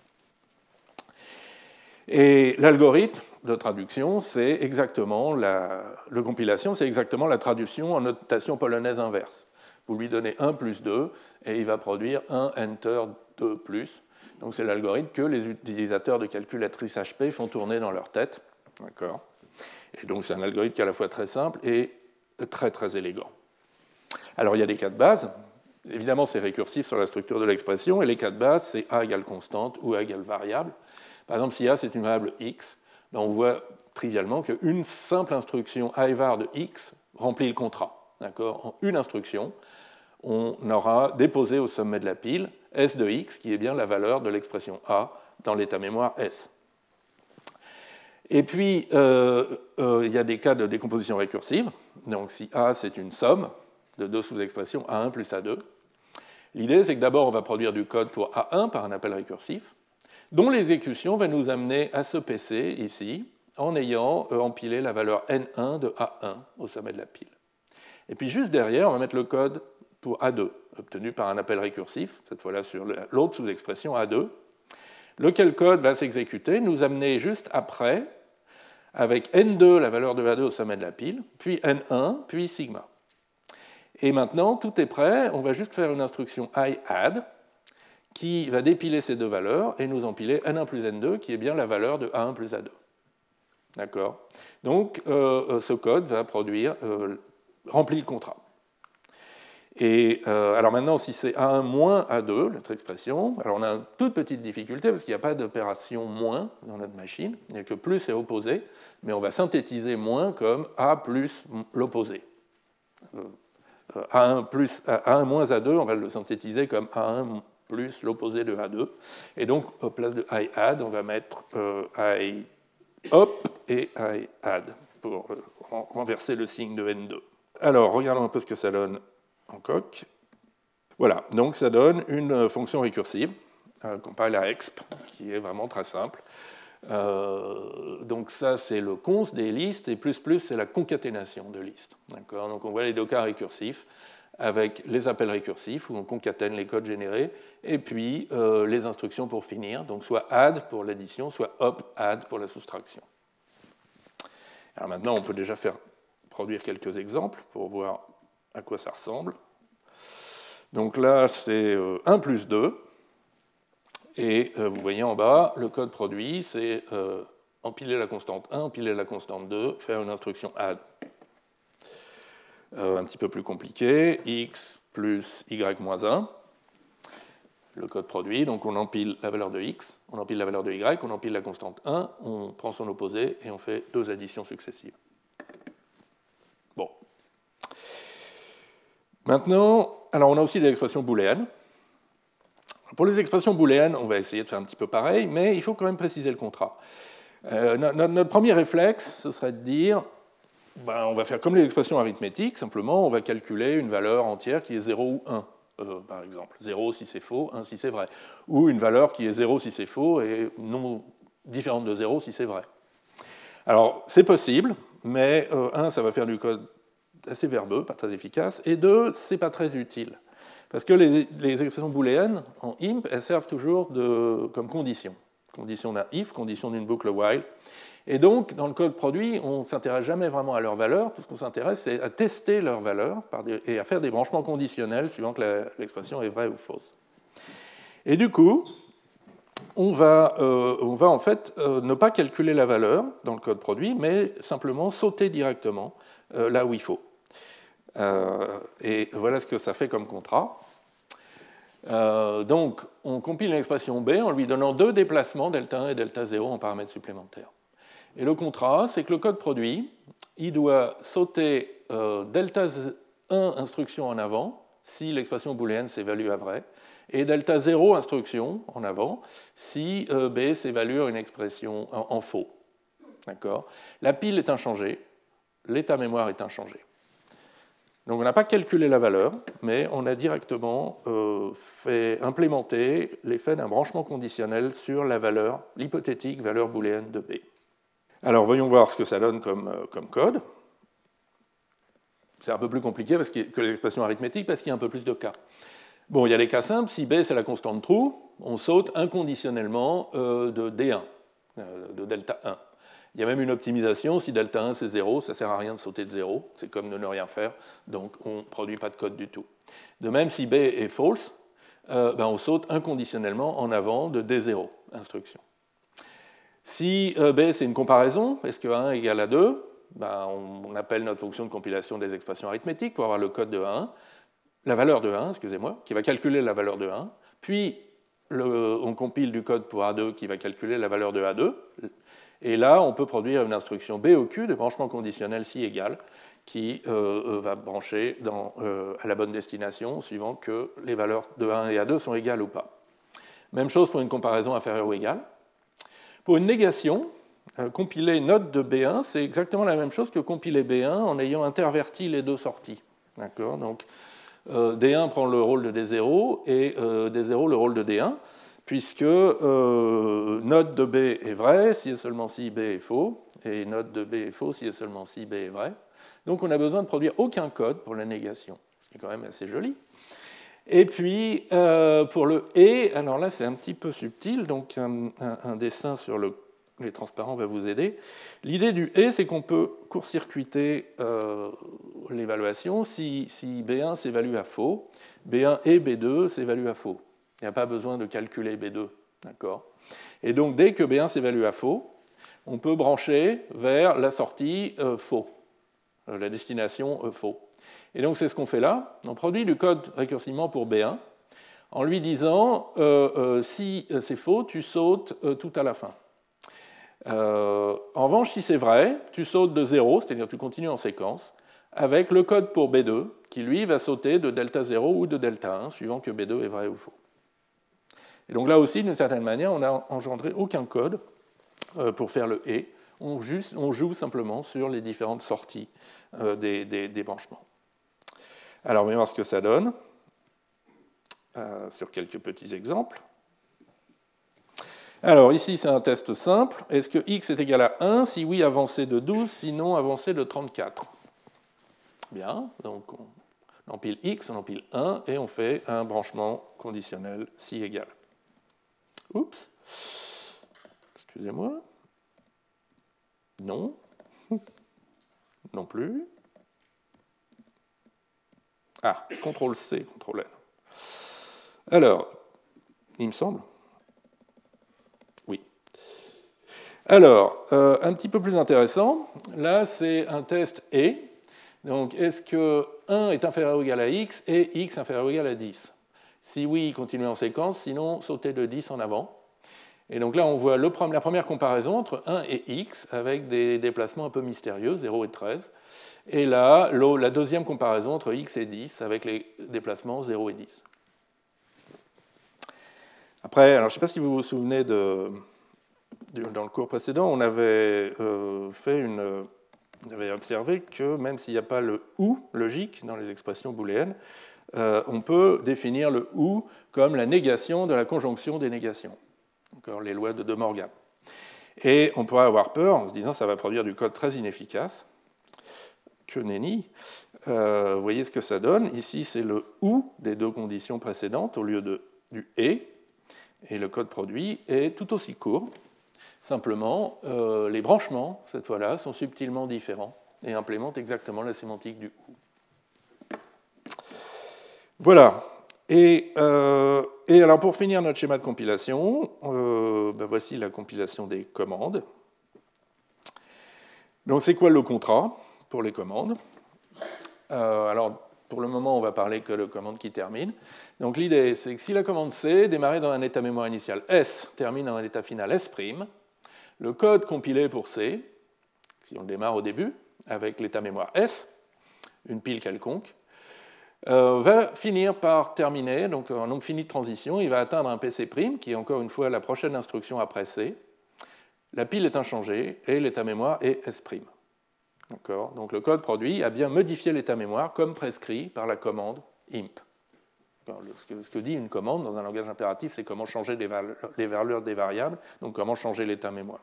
Et l'algorithme de traduction, c'est exactement de compilation, c'est exactement la traduction en notation polonaise inverse. Vous lui donnez 1 plus 2, et il va produire 1 enter 2 plus. Donc c'est l'algorithme que les utilisateurs de calculatrices HP font tourner dans leur tête. D'accord. Et donc c'est un algorithme qui est à la fois très simple et très très élégant. Alors il y a des cas de base. Évidemment c'est récursif sur la structure de l'expression, et les cas de base c'est A égale constante ou A égale variable. Par exemple si A c'est une variable x, ben, on voit trivialement qu'une simple instruction A var de x remplit le contrat. D'accord. En une instruction, on aura déposé au sommet de la pile S de x, qui est bien la valeur de l'expression A dans l'état mémoire S. Et puis, il y a des cas de décomposition récursive. Donc, si A, c'est une somme de deux sous-expressions A1 plus A2, l'idée, c'est que d'abord, on va produire du code pour A1 par un appel récursif, dont l'exécution va nous amener à ce PC ici, en ayant empilé la valeur N1 de A1 au sommet de la pile. Et puis, juste derrière, on va mettre le code pour A2, obtenu par un appel récursif, cette fois-là sur l'autre sous-expression A2, lequel code va s'exécuter, nous amener juste après, avec N2, la valeur de A2 au sommet de la pile, puis N1, puis sigma. Et maintenant, tout est prêt, on va juste faire une instruction iadd, qui va dépiler ces deux valeurs et nous empiler N1 plus N2, qui est bien la valeur de A1 plus A2. D'accord ? Donc, ce code va produire, remplit le contrat. Et alors maintenant, si c'est A1 moins A2, notre expression, alors on a une toute petite difficulté parce qu'il n'y a pas d'opération moins dans notre machine, il n'y a que plus et opposé, mais on va synthétiser moins comme A plus l'opposé. A1 moins A2, on va le synthétiser comme A1 plus l'opposé de A2. Et donc, à place de iadd, on va mettre iop et iadd pour renverser le signe de N2. Alors, regardons un peu ce que ça donne en coq. Voilà, donc ça donne une fonction récursive, compile à exp, qui est vraiment très simple. Donc ça, c'est le const des listes, et plus, c'est la concaténation de listes. D'accord ? Donc on voit les deux cas récursifs, avec les appels récursifs, où on concatène les codes générés, et puis les instructions pour finir, donc soit add pour l'addition, soit op add pour la soustraction. Alors maintenant, on peut déjà faire produire quelques exemples pour voir à quoi ça ressemble. Donc là, c'est 1 plus 2. Et vous voyez en bas, le code produit, c'est empiler la constante 1, empiler la constante 2, faire une instruction add. Un petit peu plus compliqué, x plus y moins 1. Le code produit, donc on empile la valeur de x, on empile la valeur de y, on empile la constante 1, on prend son opposé et on fait deux additions successives. Bon. Maintenant, alors on a aussi des expressions booléennes. Pour les expressions booléennes, on va essayer de faire un petit peu pareil, mais il faut quand même préciser le contrat. Notre premier réflexe, ce serait de dire, on va faire comme les expressions arithmétiques, simplement on va calculer une valeur entière qui est 0 ou 1, par exemple. 0 si c'est faux, 1 si c'est vrai. Ou une valeur qui est 0 si c'est faux et non différente de 0 si c'est vrai. Alors, c'est possible, mais 1, ça va faire du code assez verbeux, pas très efficace, et 2, c'est pas très utile. Parce que les expressions booléennes, en imp, elles servent toujours comme condition. Condition d'un if, condition d'une boucle while. Et donc, dans le code produit, on ne s'intéresse jamais vraiment à leur valeur. Tout ce qu'on s'intéresse, c'est à tester leur valeur et à faire des branchements conditionnels suivant que l'expression est vraie ou fausse. Et du coup, on va en fait ne pas calculer la valeur dans le code produit, mais simplement sauter directement là où il faut. Et voilà ce que ça fait comme contrat. Donc, on compile l'expression B en lui donnant deux déplacements, delta 1 et delta 0, en paramètres supplémentaires. Et le contrat, c'est que le code produit, il doit sauter delta 1 instruction en avant, si l'expression booléenne s'évalue à vrai, et delta 0 instruction en avant, si B s'évalue à une expression en faux. D'accord ? La pile est inchangée, l'état mémoire est inchangé. Donc on n'a pas calculé la valeur, mais on a directement fait implémenter l'effet d'un branchement conditionnel sur la valeur, l'hypothétique valeur booléenne de B. Alors voyons voir ce que ça donne comme code. C'est un peu plus compliqué que l'expression arithmétique parce qu'il y a un peu plus de cas. Bon, il y a des cas simples. Si B c'est la constante true, on saute inconditionnellement de D1, de delta 1. Il y a même une optimisation, si delta 1 c'est 0, ça ne sert à rien de sauter de 0, c'est comme de ne rien faire, donc on ne produit pas de code du tout. De même, si B est false, on saute inconditionnellement en avant de D0, instruction. Si B c'est une comparaison, est-ce que 1 égale à 2, on appelle notre fonction de compilation des expressions arithmétiques pour avoir le code de 1, la valeur de 1, excusez-moi, qui va calculer la valeur de 1, puis on compile du code pour A2 qui va calculer la valeur de A2, et là, on peut produire une instruction B au Q de branchement conditionnel si égal, qui va brancher à la bonne destination, suivant que les valeurs de A1 et A2 sont égales ou pas. Même chose pour une comparaison inférieure ou égale. Pour une négation, compiler note de B1, c'est exactement la même chose que compiler B1 en ayant interverti les deux sorties. D'accord ? Donc, D1 prend le rôle de D0 et D0 le rôle de D1, puisque note de B est vraie si et seulement si B est faux, et note de B est faux si et seulement si B est vrai. Donc on n'a besoin de produire aucun code pour la négation, ce qui est quand même assez joli. Et puis pour le et, alors là c'est un petit peu subtil, donc un dessin sur les transparents va vous aider. L'idée du et, c'est qu'on peut court-circuiter l'évaluation si B1 s'évalue à faux, B1 et B2 s'évaluent à faux. Il n'y a pas besoin de calculer B2. D'accord ? Et donc dès que B1 s'évalue à faux, on peut brancher vers la sortie faux, la destination faux. Et donc c'est ce qu'on fait là. On produit du code récursivement pour B1 en lui disant si c'est faux, tu sautes tout à la fin. En revanche, si c'est vrai, tu sautes de 0, c'est-à-dire tu continues en séquence, avec le code pour B2 qui lui va sauter de delta 0 ou de delta 1, suivant que B2 est vrai ou faux. Et donc là aussi, d'une certaine manière, on n'a engendré aucun code pour faire le et. On joue simplement sur les différentes sorties des branchements. Alors, on va voir ce que ça donne sur quelques petits exemples. Alors, ici, c'est un test simple. Est-ce que x est égal à 1? Si oui, avancée de 12, sinon avancée de 34. Bien, donc on empile x, on empile 1, et on fait un branchement conditionnel si égal. Oups. Excusez-moi. Non. Non plus. Ah, CTRL-C, CTRL-N. Alors, il me semble. Oui. Alors, un petit peu plus intéressant, là, c'est un test et. Donc, est-ce que 1 est inférieur ou égal à x et x inférieur ou égal à 10? Si oui, continuez en séquence, sinon, sautez de 10 en avant. Et donc là, on voit la première comparaison entre 1 et x avec des déplacements un peu mystérieux, 0 et 13. Et là, la deuxième comparaison entre x et 10 avec les déplacements 0 et 10. Après, alors je ne sais pas si vous vous souvenez dans le cours précédent, on avait observé que même s'il n'y a pas le ou logique dans les expressions booléennes, on peut définir le ou comme la négation de la conjonction des négations. Encore les lois de De Morgan. Et on pourrait avoir peur en se disant que ça va produire du code très inefficace. Que nenni. Vous voyez ce que ça donne. Ici, c'est le ou des deux conditions précédentes au lieu du et. Et le code produit est tout aussi court. Simplement, les branchements, cette fois-là, sont subtilement différents et implémentent exactement la sémantique du ou. Voilà. Et alors pour finir notre schéma de compilation, voici la compilation des commandes. Donc c'est quoi le contrat pour les commandes? Alors pour le moment on va parler que de commandes qui terminent. Donc l'idée c'est que si la commande C démarrait dans un état mémoire initial S, termine dans un état final S', le code compilé pour C, si on le démarre au début avec l'état mémoire S, une pile quelconque, va finir par terminer, donc un nombre fini de transition, il va atteindre un PC', qui est encore une fois la prochaine instruction après C. La pile est inchangée et l'état mémoire est S'. D'accord ? Donc le code produit a bien modifié l'état mémoire comme prescrit par la commande imp. Ce que dit une commande dans un langage impératif, c'est comment changer les valeurs des variables, donc comment changer l'état mémoire.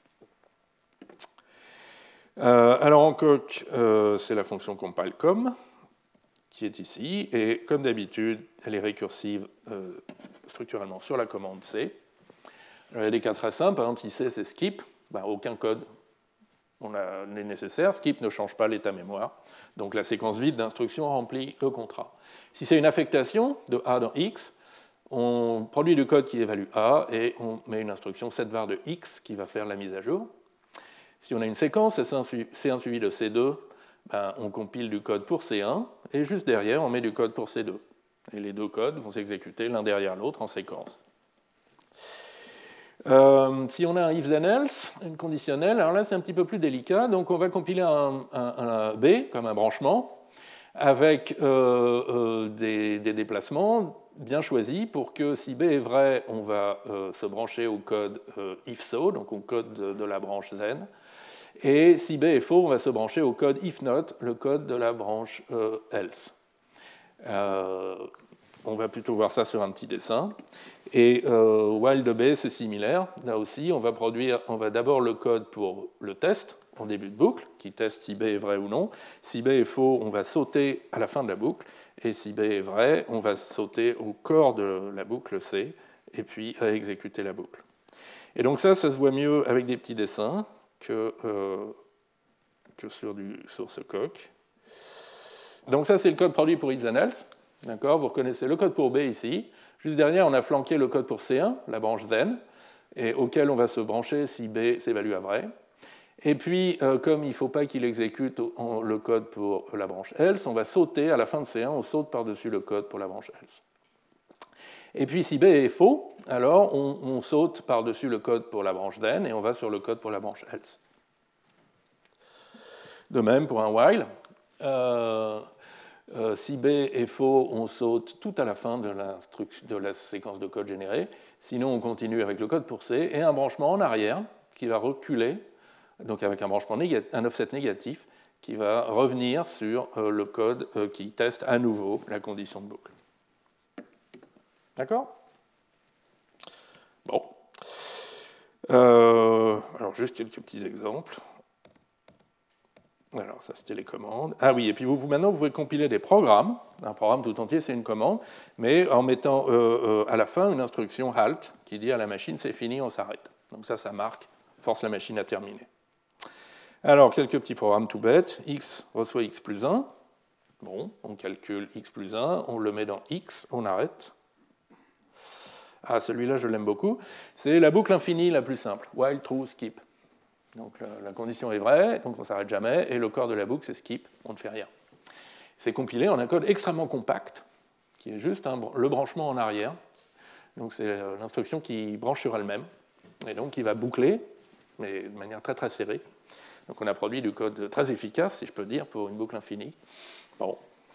Alors en coq, c'est la fonction compilecom qui est ici, et comme d'habitude, elle est récursive structurellement sur la commande C. Alors, il y a des cas très simples, par exemple si C c'est skip, aucun code n'est nécessaire, skip ne change pas l'état mémoire, donc la séquence vide d'instructions remplit le contrat. Si c'est une affectation de A dans X, on produit du code qui évalue A et on met une instruction setVar de X qui va faire la mise à jour. Si on a une séquence C1 suivi de C2, on compile du code pour C1 et juste derrière on met du code pour C2. Et les deux codes vont s'exécuter l'un derrière l'autre en séquence. Si on a un if then else, une conditionnelle, alors là c'est un petit peu plus délicat, donc on va compiler un B comme un branchement avec des déplacements bien choisis pour que si B est vrai, on va se brancher au code if so, donc au code de la branche then, et si B est faux, on va se brancher au code if not, le code de la branche else. On va plutôt voir ça sur un petit dessin. Et while de B, c'est similaire. Là aussi, on va d'abord le code pour le test en début de boucle, qui teste si B est vrai ou non. Si B est faux, on va sauter à la fin de la boucle. Et si B est vrai, on va sauter au corps de la boucle C, et puis exécuter la boucle. Et donc ça se voit mieux avec des petits dessins que sur du source coq. Donc ça, c'est le code produit pour if then else. D'accord, vous reconnaissez le code pour B ici. Juste derrière, on a flanqué le code pour C1, la branche then, et auquel on va se brancher si B s'évalue à vrai. Et puis, comme il ne faut pas qu'il exécute le code pour la branche else, on va sauter à la fin de C1, on saute par-dessus le code pour la branche else. Et puis, si B est faux, alors on saute par-dessus le code pour la branche then et on va sur le code pour la branche else. De même pour un while. Si B est faux, on saute tout à la fin de la séquence de code générée. Sinon, on continue avec le code pour C et un branchement en arrière qui va reculer, donc avec un branchement un offset négatif, qui va revenir sur le code qui teste à nouveau la condition de boucle. D'accord ? Bon. Alors, juste quelques petits exemples. Alors, ça, c'était les commandes. Ah oui, et puis maintenant, vous pouvez compiler des programmes. Un programme tout entier, c'est une commande, mais en mettant à la fin une instruction halt qui dit à la machine, c'est fini, on s'arrête. Donc ça marque, force la machine à terminer. Alors, quelques petits programmes tout bêtes. X reçoit x plus 1. Bon, on calcule x plus 1, on le met dans x, on arrête. Ah, celui-là, je l'aime beaucoup. C'est la boucle infinie la plus simple. While, true, skip. Donc la condition est vraie, donc on ne s'arrête jamais, et le corps de la boucle, c'est skip, on ne fait rien. C'est compilé en un code extrêmement compact, qui est juste le branchement en arrière. Donc c'est l'instruction qui branche sur elle-même, et donc qui va boucler, mais de manière très très serrée. Donc on a produit du code très efficace, si je peux dire, pour une boucle infinie. Bon.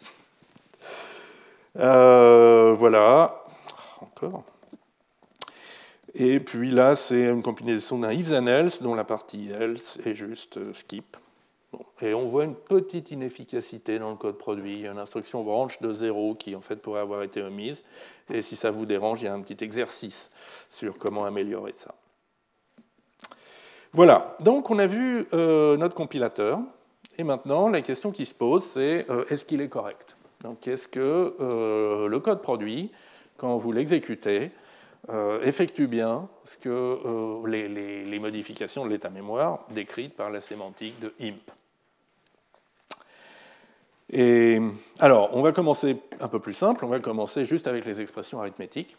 Voilà. Encore. Et puis là, c'est une combinaison d'un if then else, dont la partie else est juste skip. Bon. Et on voit une petite inefficacité dans le code produit. Il y a une instruction branch de 0 qui, en fait, pourrait avoir été omise. Et si ça vous dérange, il y a un petit exercice sur comment améliorer ça. Voilà. Donc, on a vu notre compilateur. Et maintenant, la question qui se pose, c'est est-ce qu'il est correct ? Donc, est-ce que le code produit, quand vous l'exécutez, effectue bien ce que les modifications de l'état mémoire décrites par la sémantique de imp. Et alors, on va commencer un peu plus simple, on va commencer juste avec les expressions arithmétiques.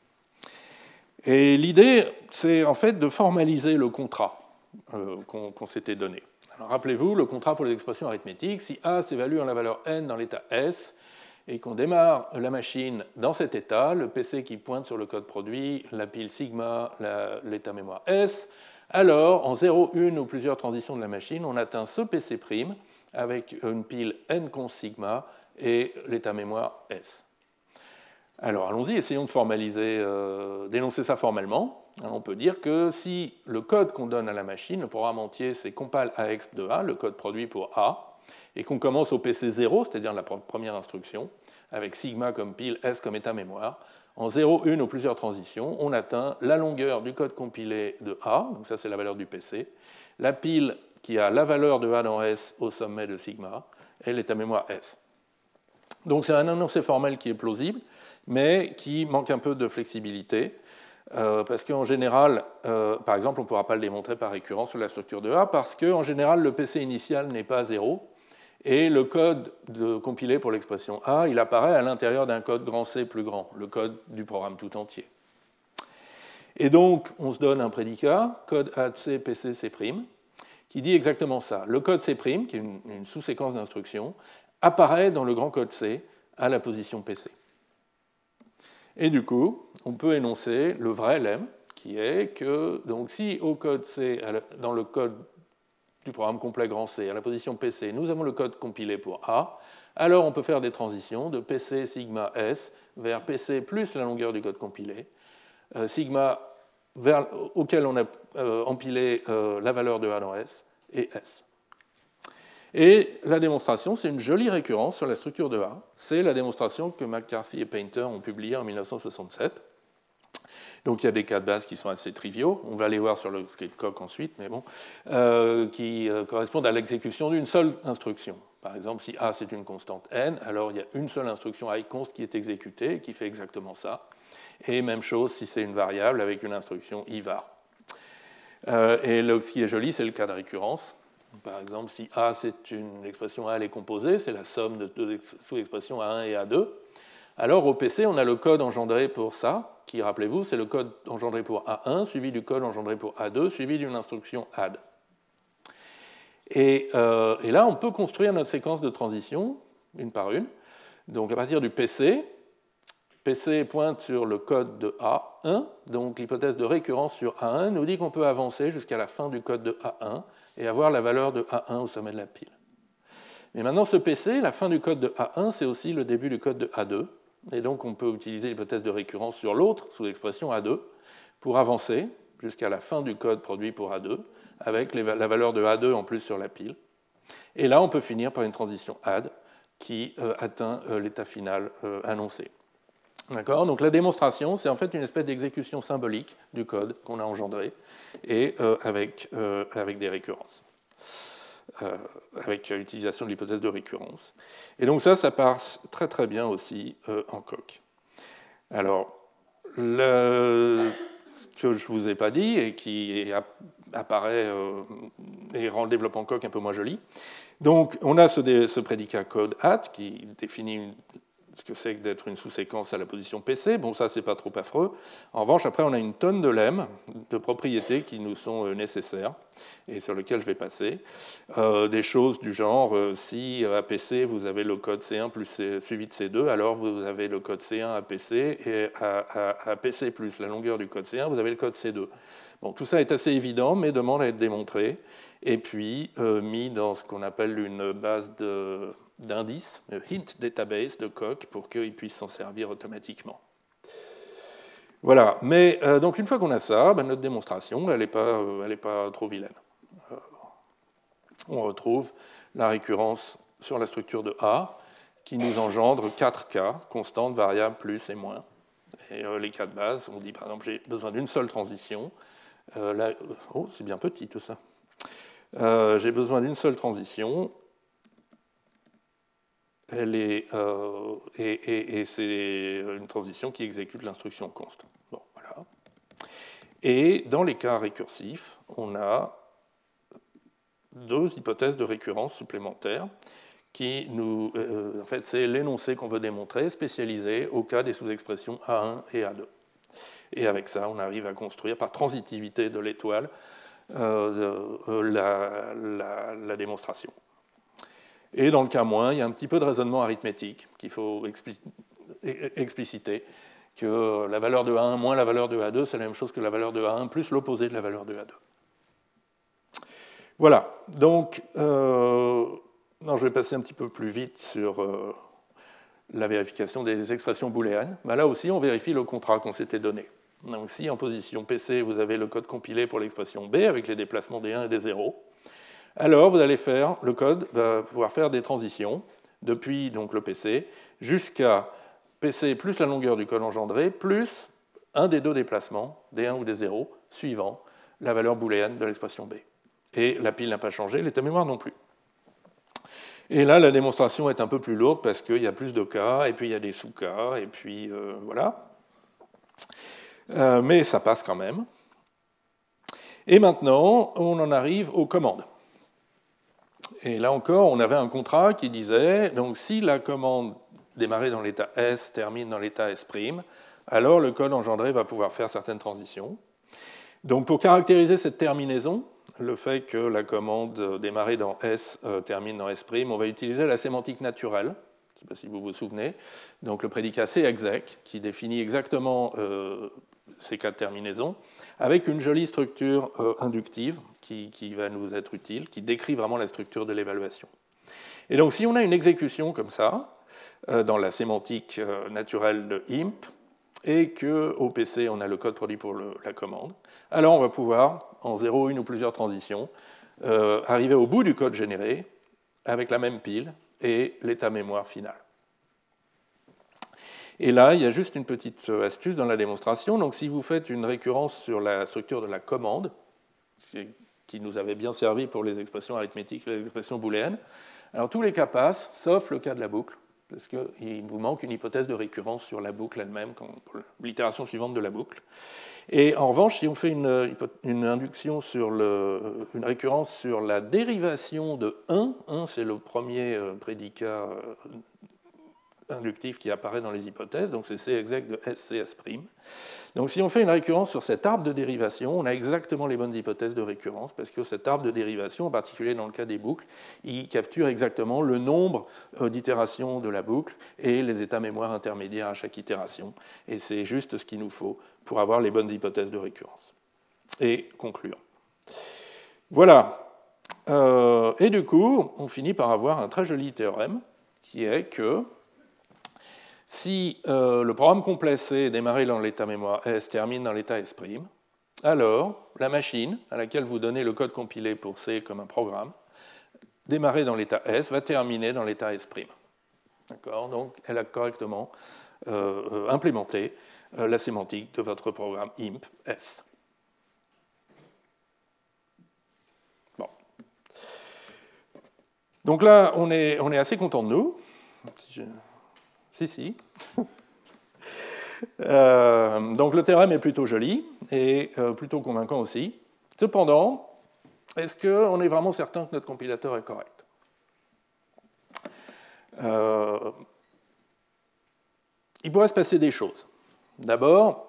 Et l'idée, c'est en fait de formaliser le contrat qu'on s'était donné. Alors, rappelez-vous, le contrat pour les expressions arithmétiques, si A s'évalue en la valeur n dans l'état S, et qu'on démarre la machine dans cet état, le PC qui pointe sur le code produit, la pile sigma, l'état mémoire S, alors en 0, 1 ou plusieurs transitions de la machine, on atteint ce PC' avec une pile n const sigma et l'état mémoire S. Alors allons-y, essayons de formaliser, d'énoncer ça formellement. Alors, on peut dire que si le code qu'on donne à la machine, le programme entier, c'est compile AX de A, le code produit pour A, et qu'on commence au PC 0, c'est-à-dire la première instruction, avec sigma comme pile, S comme état mémoire, en 0, 1 ou plusieurs transitions, on atteint la longueur du code compilé de A, donc ça c'est la valeur du PC, la pile qui a la valeur de A dans S au sommet de sigma, et l'état mémoire S. Donc c'est un énoncé formel qui est plausible, mais qui manque un peu de flexibilité, parce qu'en général, par exemple, on ne pourra pas le démontrer par récurrence sur la structure de A, parce qu'en général, le PC initial n'est pas 0, et le code compilé pour l'expression A, il apparaît à l'intérieur d'un code grand C plus grand, le code du programme tout entier. Et donc, on se donne un prédicat, code A de C, PC, C', qui dit exactement ça. Le code C', qui est une sous-séquence d'instructions, apparaît dans le grand code C à la position PC. Et du coup, on peut énoncer le vrai lemme, qui est que donc, si au code C, dans le code du programme complet grand C, à la position PC, nous avons le code compilé pour A, alors on peut faire des transitions de PC sigma S vers PC plus la longueur du code compilé, sigma auquel on a empilé la valeur de A dans S et S. Et la démonstration, c'est une jolie récurrence sur la structure de A. C'est la démonstration que McCarthy et Painter ont publiée en 1967. Donc il y a des cas de base qui sont assez triviaux, on va aller voir sur le script coq ensuite, mais bon, qui correspondent à l'exécution d'une seule instruction. Par exemple, si A c'est une constante n, alors il y a une seule instruction iConst qui est exécutée et qui fait exactement ça. Et même chose si c'est une variable avec une instruction iVar. Et ce qui est joli, c'est le cas de récurrence. Par exemple, si A c'est une expression A, elle est composée, c'est la somme de deux sous-expressions A1 et A2. Alors au PC, on a le code engendré pour ça, qui, rappelez-vous, c'est le code engendré pour A1, suivi du code engendré pour A2, suivi d'une instruction add. Et là, on peut construire notre séquence de transition, une par une. Donc à partir du PC, PC pointe sur le code de A1, donc l'hypothèse de récurrence sur A1 nous dit qu'on peut avancer jusqu'à la fin du code de A1 et avoir la valeur de A1 au sommet de la pile. Mais maintenant, ce PC, la fin du code de A1, c'est aussi le début du code de A2, et donc on peut utiliser l'hypothèse de récurrence sur l'autre, sous l'expression A2, pour avancer jusqu'à la fin du code produit pour A2, avec la valeur de A2 en plus sur la pile. Et là, on peut finir par une transition add qui atteint l'état final annoncé. D'accord ? Donc la démonstration, c'est en fait une espèce d'exécution symbolique du code qu'on a engendré, et avec des récurrences, avec l'utilisation de l'hypothèse de récurrence. Et donc ça passe très très bien aussi en coq. Alors, ce que je ne vous ai pas dit, et qui apparaît et rend le développement coq un peu moins joli, donc on a ce prédicat code at qui définit ce que c'est que d'être une sous-séquence à la position PC. Bon, ça, c'est pas trop affreux. En revanche, après, on a une tonne de lemmes, de propriétés qui nous sont nécessaires et sur lesquelles je vais passer. Des choses du genre, si à PC, vous avez le code C1 plus suivi de C2, alors vous avez le code C1 à PC, et à PC plus la longueur du code C1, vous avez le code C2. Bon, tout ça est assez évident, mais demande à être démontré, et puis mis dans ce qu'on appelle une base d'indices, hint database de coq, pour qu'il puisse s'en servir automatiquement. Voilà, mais donc une fois qu'on a ça, notre démonstration, elle n'est pas trop vilaine. On retrouve la récurrence sur la structure de A, qui nous engendre 4 cas, constantes, variables, plus et moins. Et les cas de base, on dit par exemple, j'ai besoin d'une seule transition. Là, oh, c'est bien petit tout ça. J'ai besoin d'une seule transition. Et c'est une transition qui exécute l'instruction const. Bon, voilà. Et dans les cas récursifs, on a deux hypothèses de récurrence supplémentaires qui nous... en fait, c'est l'énoncé qu'on veut démontrer, spécialisé au cas des sous-expressions A1 et A2. Et avec ça, on arrive à construire, par transitivité de l'étoile, la démonstration. Et dans le cas moins, il y a un petit peu de raisonnement arithmétique qu'il faut expliciter, que la valeur de A1 moins la valeur de A2, c'est la même chose que la valeur de A1 plus l'opposé de la valeur de A2. Voilà, donc je vais passer un petit peu plus vite sur la vérification des expressions booléennes. Là aussi, on vérifie le contrat qu'on s'était donné. Donc si en position PC, vous avez le code compilé pour l'expression B avec les déplacements des 1 et des 0, alors vous allez faire, le code va pouvoir faire des transitions depuis donc, le PC jusqu'à PC plus la longueur du code engendré plus un des deux déplacements, des 1 ou des 0, suivant la valeur booléenne de l'expression B. Et la pile n'a pas changé, l'état mémoire non plus. Et là, la démonstration est un peu plus lourde parce qu'il y a plus de cas, et puis il y a des sous-cas, et puis voilà. Mais ça passe quand même. Et maintenant, on en arrive aux commandes. Et là encore, on avait un contrat qui disait, donc si la commande démarrée dans l'état S termine dans l'état S', alors le code engendré va pouvoir faire certaines transitions. Donc pour caractériser cette terminaison, le fait que la commande démarrée dans S termine dans S', on va utiliser la sémantique naturelle, je ne sais pas si vous vous souvenez, donc le prédicat cexec, qui définit exactement ces cas de terminaison, avec une jolie structure inductive qui va nous être utile, qui décrit vraiment la structure de l'évaluation. Et donc, si on a une exécution comme ça, dans la sémantique naturelle de IMP, et qu'au PC, on a le code produit pour la commande, alors on va pouvoir, en 0, 1 ou plusieurs transitions, arriver au bout du code généré avec la même pile et l'état mémoire final. Et là, il y a juste une petite astuce dans la démonstration. Donc, si vous faites une récurrence sur la structure de la commande, qui nous avait bien servi pour les expressions arithmétiques et les expressions booléennes, alors tous les cas passent, sauf le cas de la boucle, parce qu'il vous manque une hypothèse de récurrence sur la boucle elle-même, pour l'itération suivante de la boucle. Et en revanche, si on fait une induction sur une récurrence sur la dérivation de 1 c'est le premier prédicat inductif qui apparaît dans les hypothèses, donc c'est C exec de S, C, S'. Donc si on fait une récurrence sur cet arbre de dérivation, on a exactement les bonnes hypothèses de récurrence, parce que cet arbre de dérivation, en particulier dans le cas des boucles, il capture exactement le nombre d'itérations de la boucle et les états mémoire intermédiaires à chaque itération. Et c'est juste ce qu'il nous faut pour avoir les bonnes hypothèses de récurrence. Et conclure. Voilà. Et du coup, on finit par avoir un très joli théorème, qui est que si le programme complet C démarré dans l'état mémoire S termine dans l'état S', alors la machine à laquelle vous donnez le code compilé pour C comme un programme, démarré dans l'état S, va terminer dans l'état S'. D'accord ? Donc elle a correctement implémenté la sémantique de votre programme IMP S. Bon. Donc là, on est assez content de nous. Si. Donc le théorème est plutôt joli et plutôt convaincant aussi. Cependant, est-ce qu'on est vraiment certain que notre compilateur est correct ? Il pourrait se passer des choses. D'abord,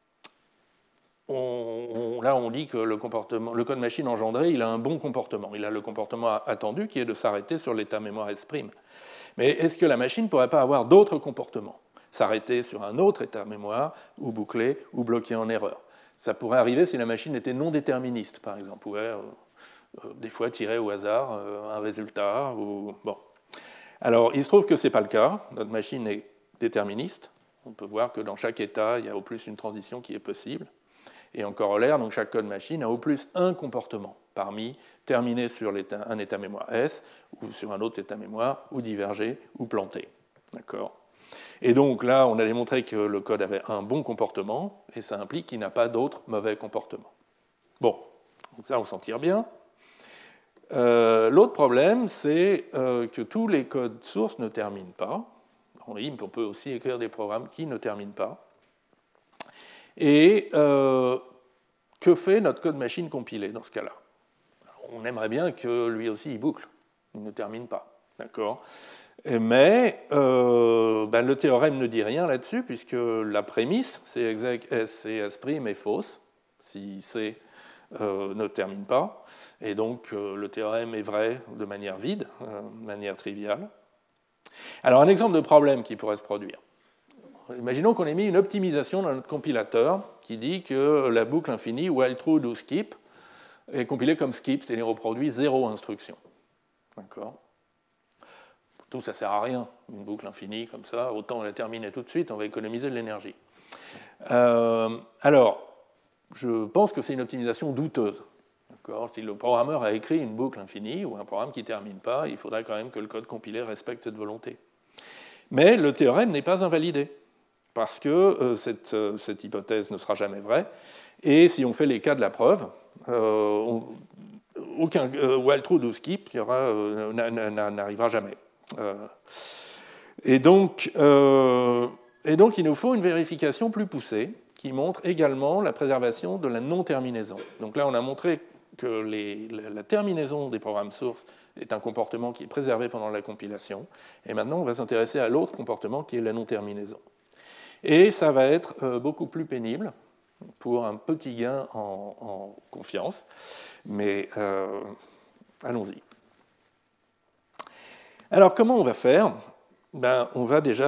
là on dit que le code machine engendré, il a un bon comportement. Il a le comportement attendu qui est de s'arrêter sur l'état mémoire S'. Mais est-ce que la machine ne pourrait pas avoir d'autres comportements ? S'arrêter sur un autre état mémoire, ou boucler, ou bloquer en erreur. Ça pourrait arriver si la machine était non déterministe, par exemple. Pouvait des fois tirer au hasard un résultat. Bon. Alors, il se trouve que ce n'est pas le cas. Notre machine est déterministe. On peut voir que dans chaque état, il y a au plus une transition qui est possible. Et en corollaire, donc chaque code machine a au plus un comportement parmi terminé sur un état mémoire S ou sur un autre état mémoire, ou divergé, ou planté. D'accord ? Et donc là, on a démontré que le code avait un bon comportement, et ça implique qu'il n'a pas d'autres mauvais comportements. Bon, donc ça, on s'en tire bien. L'autre problème, c'est que tous les codes sources ne terminent pas. En IMP, on peut aussi écrire des programmes qui ne terminent pas. Et que fait notre code machine compilé dans ce cas-là ? On aimerait bien que lui aussi il boucle, il ne termine pas, d'accord ? Mais le théorème ne dit rien là-dessus, puisque la prémisse, C exec S, C, S' est fausse, si C ne termine pas, et donc le théorème est vrai de manière vide, de manière triviale. Alors un exemple de problème qui pourrait se produire. Imaginons qu'on ait mis une optimisation dans notre compilateur qui dit que la boucle infinie, while true do skip, est compilée comme skip, c'est-à-dire reproduit 0 instruction. D'accord ? Tout ça ne sert à rien, une boucle infinie comme ça, autant la terminer tout de suite, on va économiser de l'énergie. Alors, je pense que c'est une optimisation douteuse. D'accord ? Si le programmeur a écrit une boucle infinie ou un programme qui ne termine pas, il faudrait quand même que le code compilé respecte cette volonté. Mais le théorème n'est pas invalidé, parce que cette hypothèse ne sera jamais vraie, et si on fait les cas de la preuve, aucun while true do skip n'arrivera jamais. Et donc, il nous faut une vérification plus poussée qui montre également la préservation de la non-terminaison. Donc là, on a montré que la terminaison des programmes sources est un comportement qui est préservé pendant la compilation. Et maintenant, on va s'intéresser à l'autre comportement qui est la non-terminaison. Et ça va être beaucoup plus pénible pour un petit gain en confiance. Mais allons-y. Alors, comment on va faire ?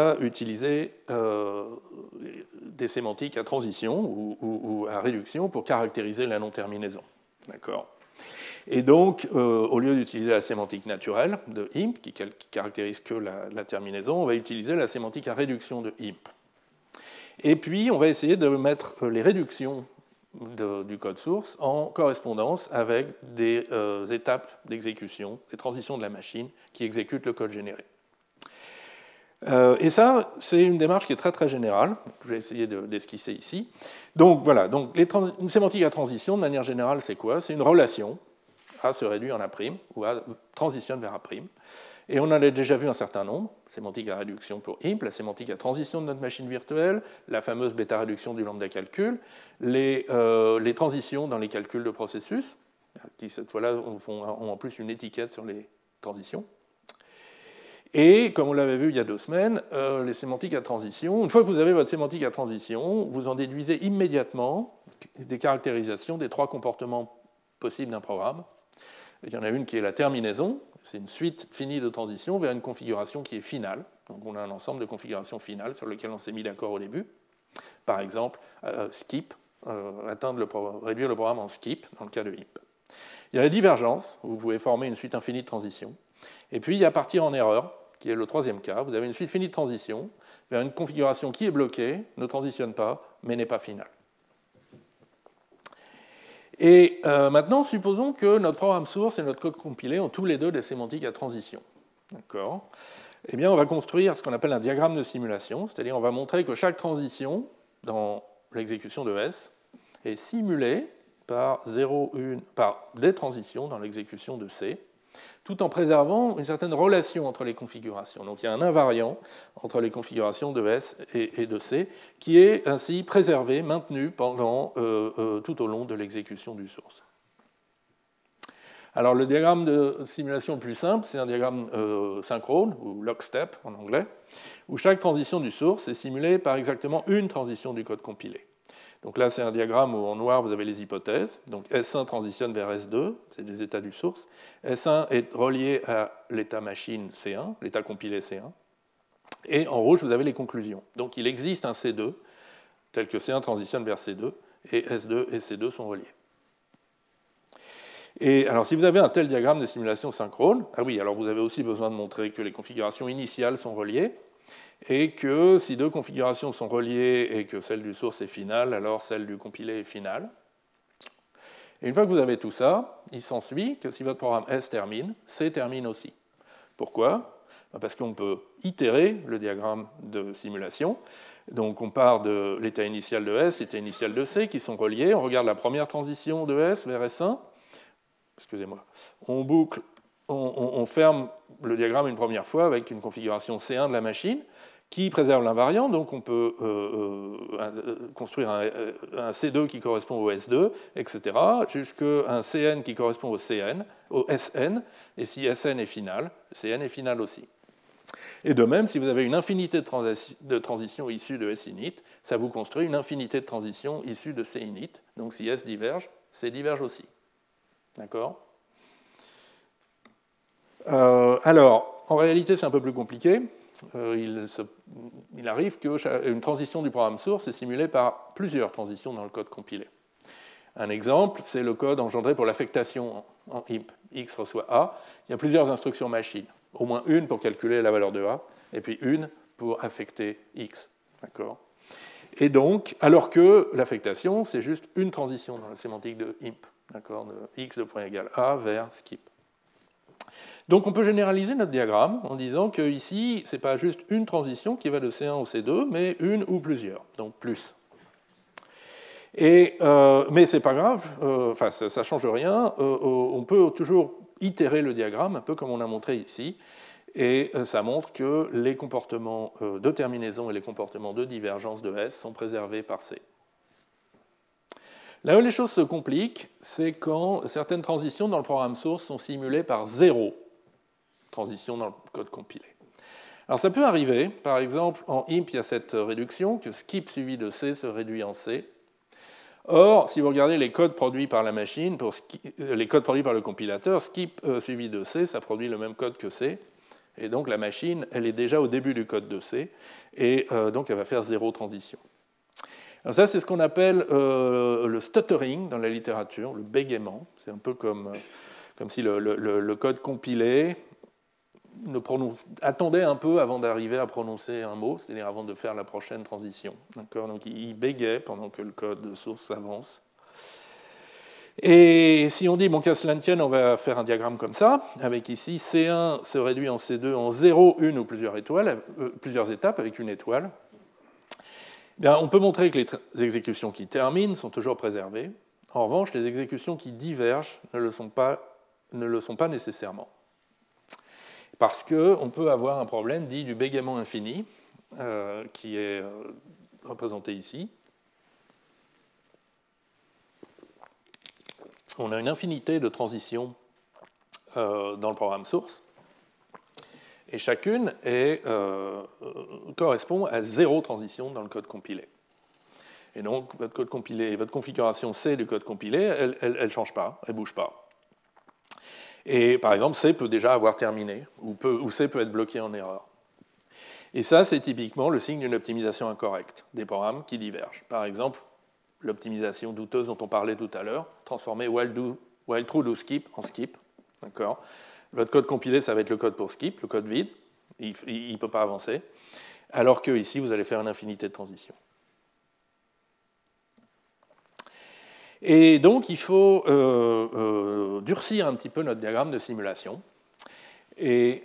On va déjà utiliser des sémantiques à transition ou à réduction pour caractériser la non-terminaison. D'accord. Et donc, au lieu d'utiliser la sémantique naturelle de IMP, qui caractérise que la terminaison, on va utiliser la sémantique à réduction de IMP. Et puis, on va essayer de mettre les réductions du code source en correspondance avec des étapes d'exécution, des transitions de la machine qui exécutent le code généré. Et ça, c'est une démarche qui est très très générale, que je vais essayer d'esquisser ici. Donc voilà, donc une sémantique à transition, de manière générale, c'est quoi? C'est une relation. A se réduit en A', ou A transitionne vers A'. Et on en a déjà vu un certain nombre, sémantique à réduction pour IMP, la sémantique à transition de notre machine virtuelle, la fameuse bêta-réduction du lambda calcul, les transitions dans les calculs de processus, qui cette fois-là ont en plus une étiquette sur les transitions. Et comme on l'avait vu il y a 2 semaines, les sémantiques à transition, une fois que vous avez votre sémantique à transition, vous en déduisez immédiatement des caractérisations des 3 comportements possibles d'un programme. Il y en a une qui est la terminaison, c'est une suite finie de transitions vers une configuration qui est finale. Donc on a un ensemble de configurations finales sur lesquelles on s'est mis d'accord au début. Par exemple, skip, réduire le programme en skip, dans le cas de IMP. Il y a la divergence, où vous pouvez former une suite infinie de transitions. Et puis il y a partir en erreur, qui est le 3e cas. Vous avez une suite finie de transitions vers une configuration qui est bloquée, ne transitionne pas, mais n'est pas finale. Et maintenant, supposons que notre programme source et notre code compilé ont tous les deux des sémantiques à transition. D'accord. Eh bien, on va construire ce qu'on appelle un diagramme de simulation, c'est-à-dire on va montrer que chaque transition dans l'exécution de S est simulée par des transitions dans l'exécution de C, tout en préservant une certaine relation entre les configurations. Donc il y a un invariant entre les configurations de S et de C qui est ainsi préservé, maintenu tout au long de l'exécution du source. Alors le diagramme de simulation le plus simple, c'est un diagramme synchrone, ou lockstep en anglais, où chaque transition du source est simulée par exactement une transition du code compilé. Donc là, c'est un diagramme où en noir, vous avez les hypothèses. Donc S1 transitionne vers S2, c'est les états du source. S1 est relié à l'état machine C1, l'état compilé C1. Et en rouge, vous avez les conclusions. Donc il existe un C2, tel que C1 transitionne vers C2, et S2 et C2 sont reliés. Et alors, si vous avez un tel diagramme de simulation synchrone, alors vous avez aussi besoin de montrer que les configurations initiales sont reliées, et que si 2 configurations sont reliées et que celle du source est finale, alors celle du compilé est finale. Et une fois que vous avez tout ça, il s'ensuit que si votre programme S termine, C termine aussi. Pourquoi? Parce qu'on peut itérer le diagramme de simulation. Donc on part de l'état initial de S, l'état initial de C, qui sont reliés. On regarde la première transition de S vers S1. Excusez-moi. On boucle, on ferme le diagramme une première fois avec une configuration C1 de la machine qui préserve l'invariant, donc on peut construire un C2 qui correspond au S2, etc., jusqu'à un CN qui correspond au SN, et si SN est final, CN est final aussi. Et de même, si vous avez une infinité de transitions issues de Sinit, ça vous construit une infinité de transitions issues de Cinit, donc si S diverge, C diverge aussi. D'accord ? Alors, en réalité, c'est un peu plus compliqué. Il arrive qu'une transition du programme source est simulée par plusieurs transitions dans le code compilé. Un exemple, c'est le code engendré pour l'affectation en IMP. X reçoit A. Il y a plusieurs instructions machine. Au moins une pour calculer la valeur de A, et puis une pour affecter X. D'accord ? Et donc, alors que l'affectation, c'est juste une transition dans la sémantique de IMP. D'accord ? De X de point égal A vers skip. Donc on peut généraliser notre diagramme en disant que ici, ce n'est pas juste une transition qui va de C1 au C2, mais une ou plusieurs, donc plus. Mais ce n'est pas grave, ça ne change rien, on peut toujours itérer le diagramme, un peu comme on a montré ici, et ça montre que les comportements de terminaison et les comportements de divergence de S sont préservés par C. Là où les choses se compliquent, c'est quand certaines transitions dans le programme source sont simulées par 0 transition dans le code compilé. Alors ça peut arriver, par exemple en IMP il y a cette réduction, que skip suivi de C se réduit en C. Or, si vous regardez les codes produits par la machine, les codes produits par le compilateur, skip suivi de C, ça produit le même code que C, et donc la machine, elle est déjà au début du code de C, et donc elle va faire 0 transition. Alors ça, c'est ce qu'on appelle le stuttering dans la littérature, le bégaiement. C'est un peu comme si le code compilé attendait un peu avant d'arriver à prononcer un mot, c'est-à-dire avant de faire la prochaine transition. Donc il bégait pendant que le code source s'avance. Et si on dit, bon, qu'à cela ne tienne, on va faire un diagramme comme ça, avec ici C1 se réduit en C2 en 0, une ou plusieurs étapes avec une étoile, bien, on peut montrer que les exécutions qui terminent sont toujours préservées. En revanche, les exécutions qui divergent ne le sont pas nécessairement. Parce qu'on peut avoir un problème dit du bégaiement infini, qui est représenté ici. On a une infinité de transitions dans le programme source, et chacune correspond à 0 transition dans le code compilé. Et donc, votre code compilé, votre configuration C du code compilé, elle ne change pas, elle ne bouge pas. Et par exemple, C peut déjà avoir terminé, ou C peut être bloqué en erreur. Et ça, c'est typiquement le signe d'une optimisation incorrecte des programmes qui divergent. Par exemple, l'optimisation douteuse dont on parlait tout à l'heure, transformer while true do skip en skip. D'accord ? Votre code compilé, ça va être le code pour skip, le code vide, il ne peut pas avancer, alors que ici, vous allez faire une infinité de transitions. Et donc, il faut durcir un petit peu notre diagramme de simulation. Et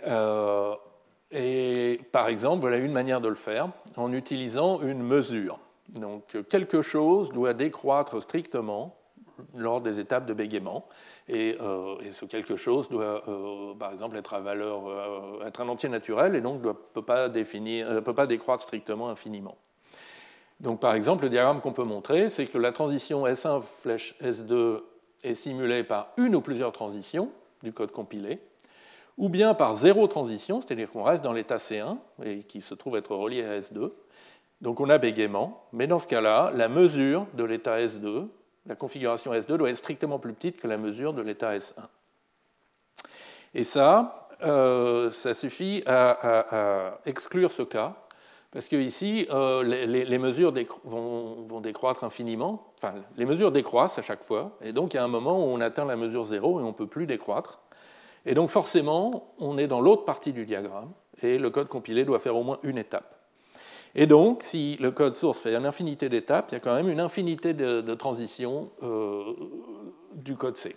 par exemple, voilà une manière de le faire, en utilisant une mesure. Donc, quelque chose doit décroître strictement lors des étapes de bégaiement, et ce quelque chose doit, par exemple, être un entier naturel, et donc ne peut pas décroître strictement infiniment. Donc, par exemple, le diagramme qu'on peut montrer, c'est que la transition S1 flèche S2 est simulée par une ou plusieurs transitions du code compilé, ou bien par 0 transition, c'est-à-dire qu'on reste dans l'état C1 et qui se trouve être relié à S2. Donc on a bégaiement, mais dans ce cas-là, la mesure de l'état S2, la configuration S2 doit être strictement plus petite que la mesure de l'état S1. Et ça suffit à exclure ce cas, parce que ici, les mesures vont décroître infiniment, enfin, les mesures décroissent à chaque fois, et donc il y a un moment où on atteint la mesure 0 et on ne peut plus décroître. Et donc forcément, on est dans l'autre partie du diagramme, et le code compilé doit faire au moins une étape. Et donc, si le code source fait une infinité d'étapes, il y a quand même une infinité de transitions du code C.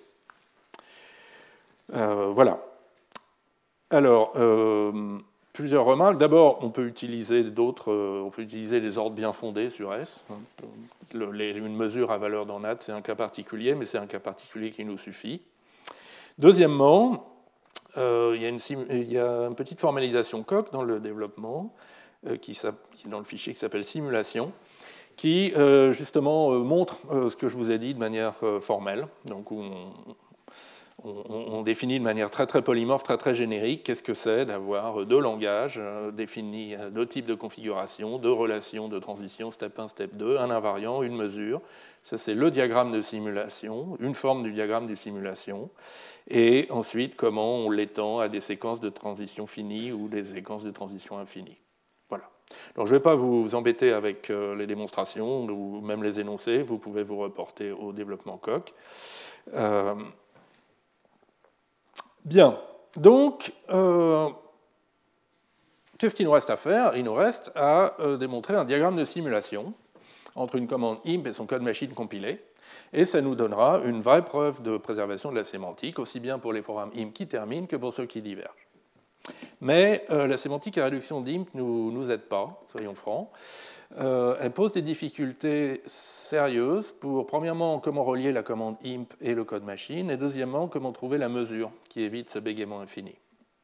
Voilà. Alors, plusieurs remarques. D'abord, on peut utiliser des ordres bien fondés sur S. Une mesure à valeur dans NAT, c'est un cas particulier, mais c'est un cas particulier qui nous suffit. Deuxièmement, il y a une petite formalisation Coq dans le développement, qui est dans le fichier qui s'appelle simulation, qui justement montre ce que je vous ai dit de manière formelle, donc où on définit de manière très très polymorphe, très très générique, qu'est-ce que c'est d'avoir deux langages définis, deux types de configuration, deux relations de transition, step 1, step 2, un invariant, une mesure. Ça c'est le diagramme de simulation, une forme du diagramme de simulation, et ensuite comment on l'étend à des séquences de transition finies ou des séquences de transition infinies. Voilà. Alors je ne vais pas vous embêter avec les démonstrations ou même les énoncés, vous pouvez vous reporter au développement Coq. Bien, donc, qu'est-ce qu'il nous reste à faire ? Il nous reste à démontrer un diagramme de simulation entre une commande imp et son code machine compilé, et ça nous donnera une vraie preuve de préservation de la sémantique, aussi bien pour les programmes imp qui terminent que pour ceux qui divergent. Mais la sémantique à réduction d'imp ne nous aide pas, soyons francs. Elle pose des difficultés sérieuses pour, premièrement, comment relier la commande imp et le code machine, et deuxièmement, comment trouver la mesure qui évite ce bégaiement infini.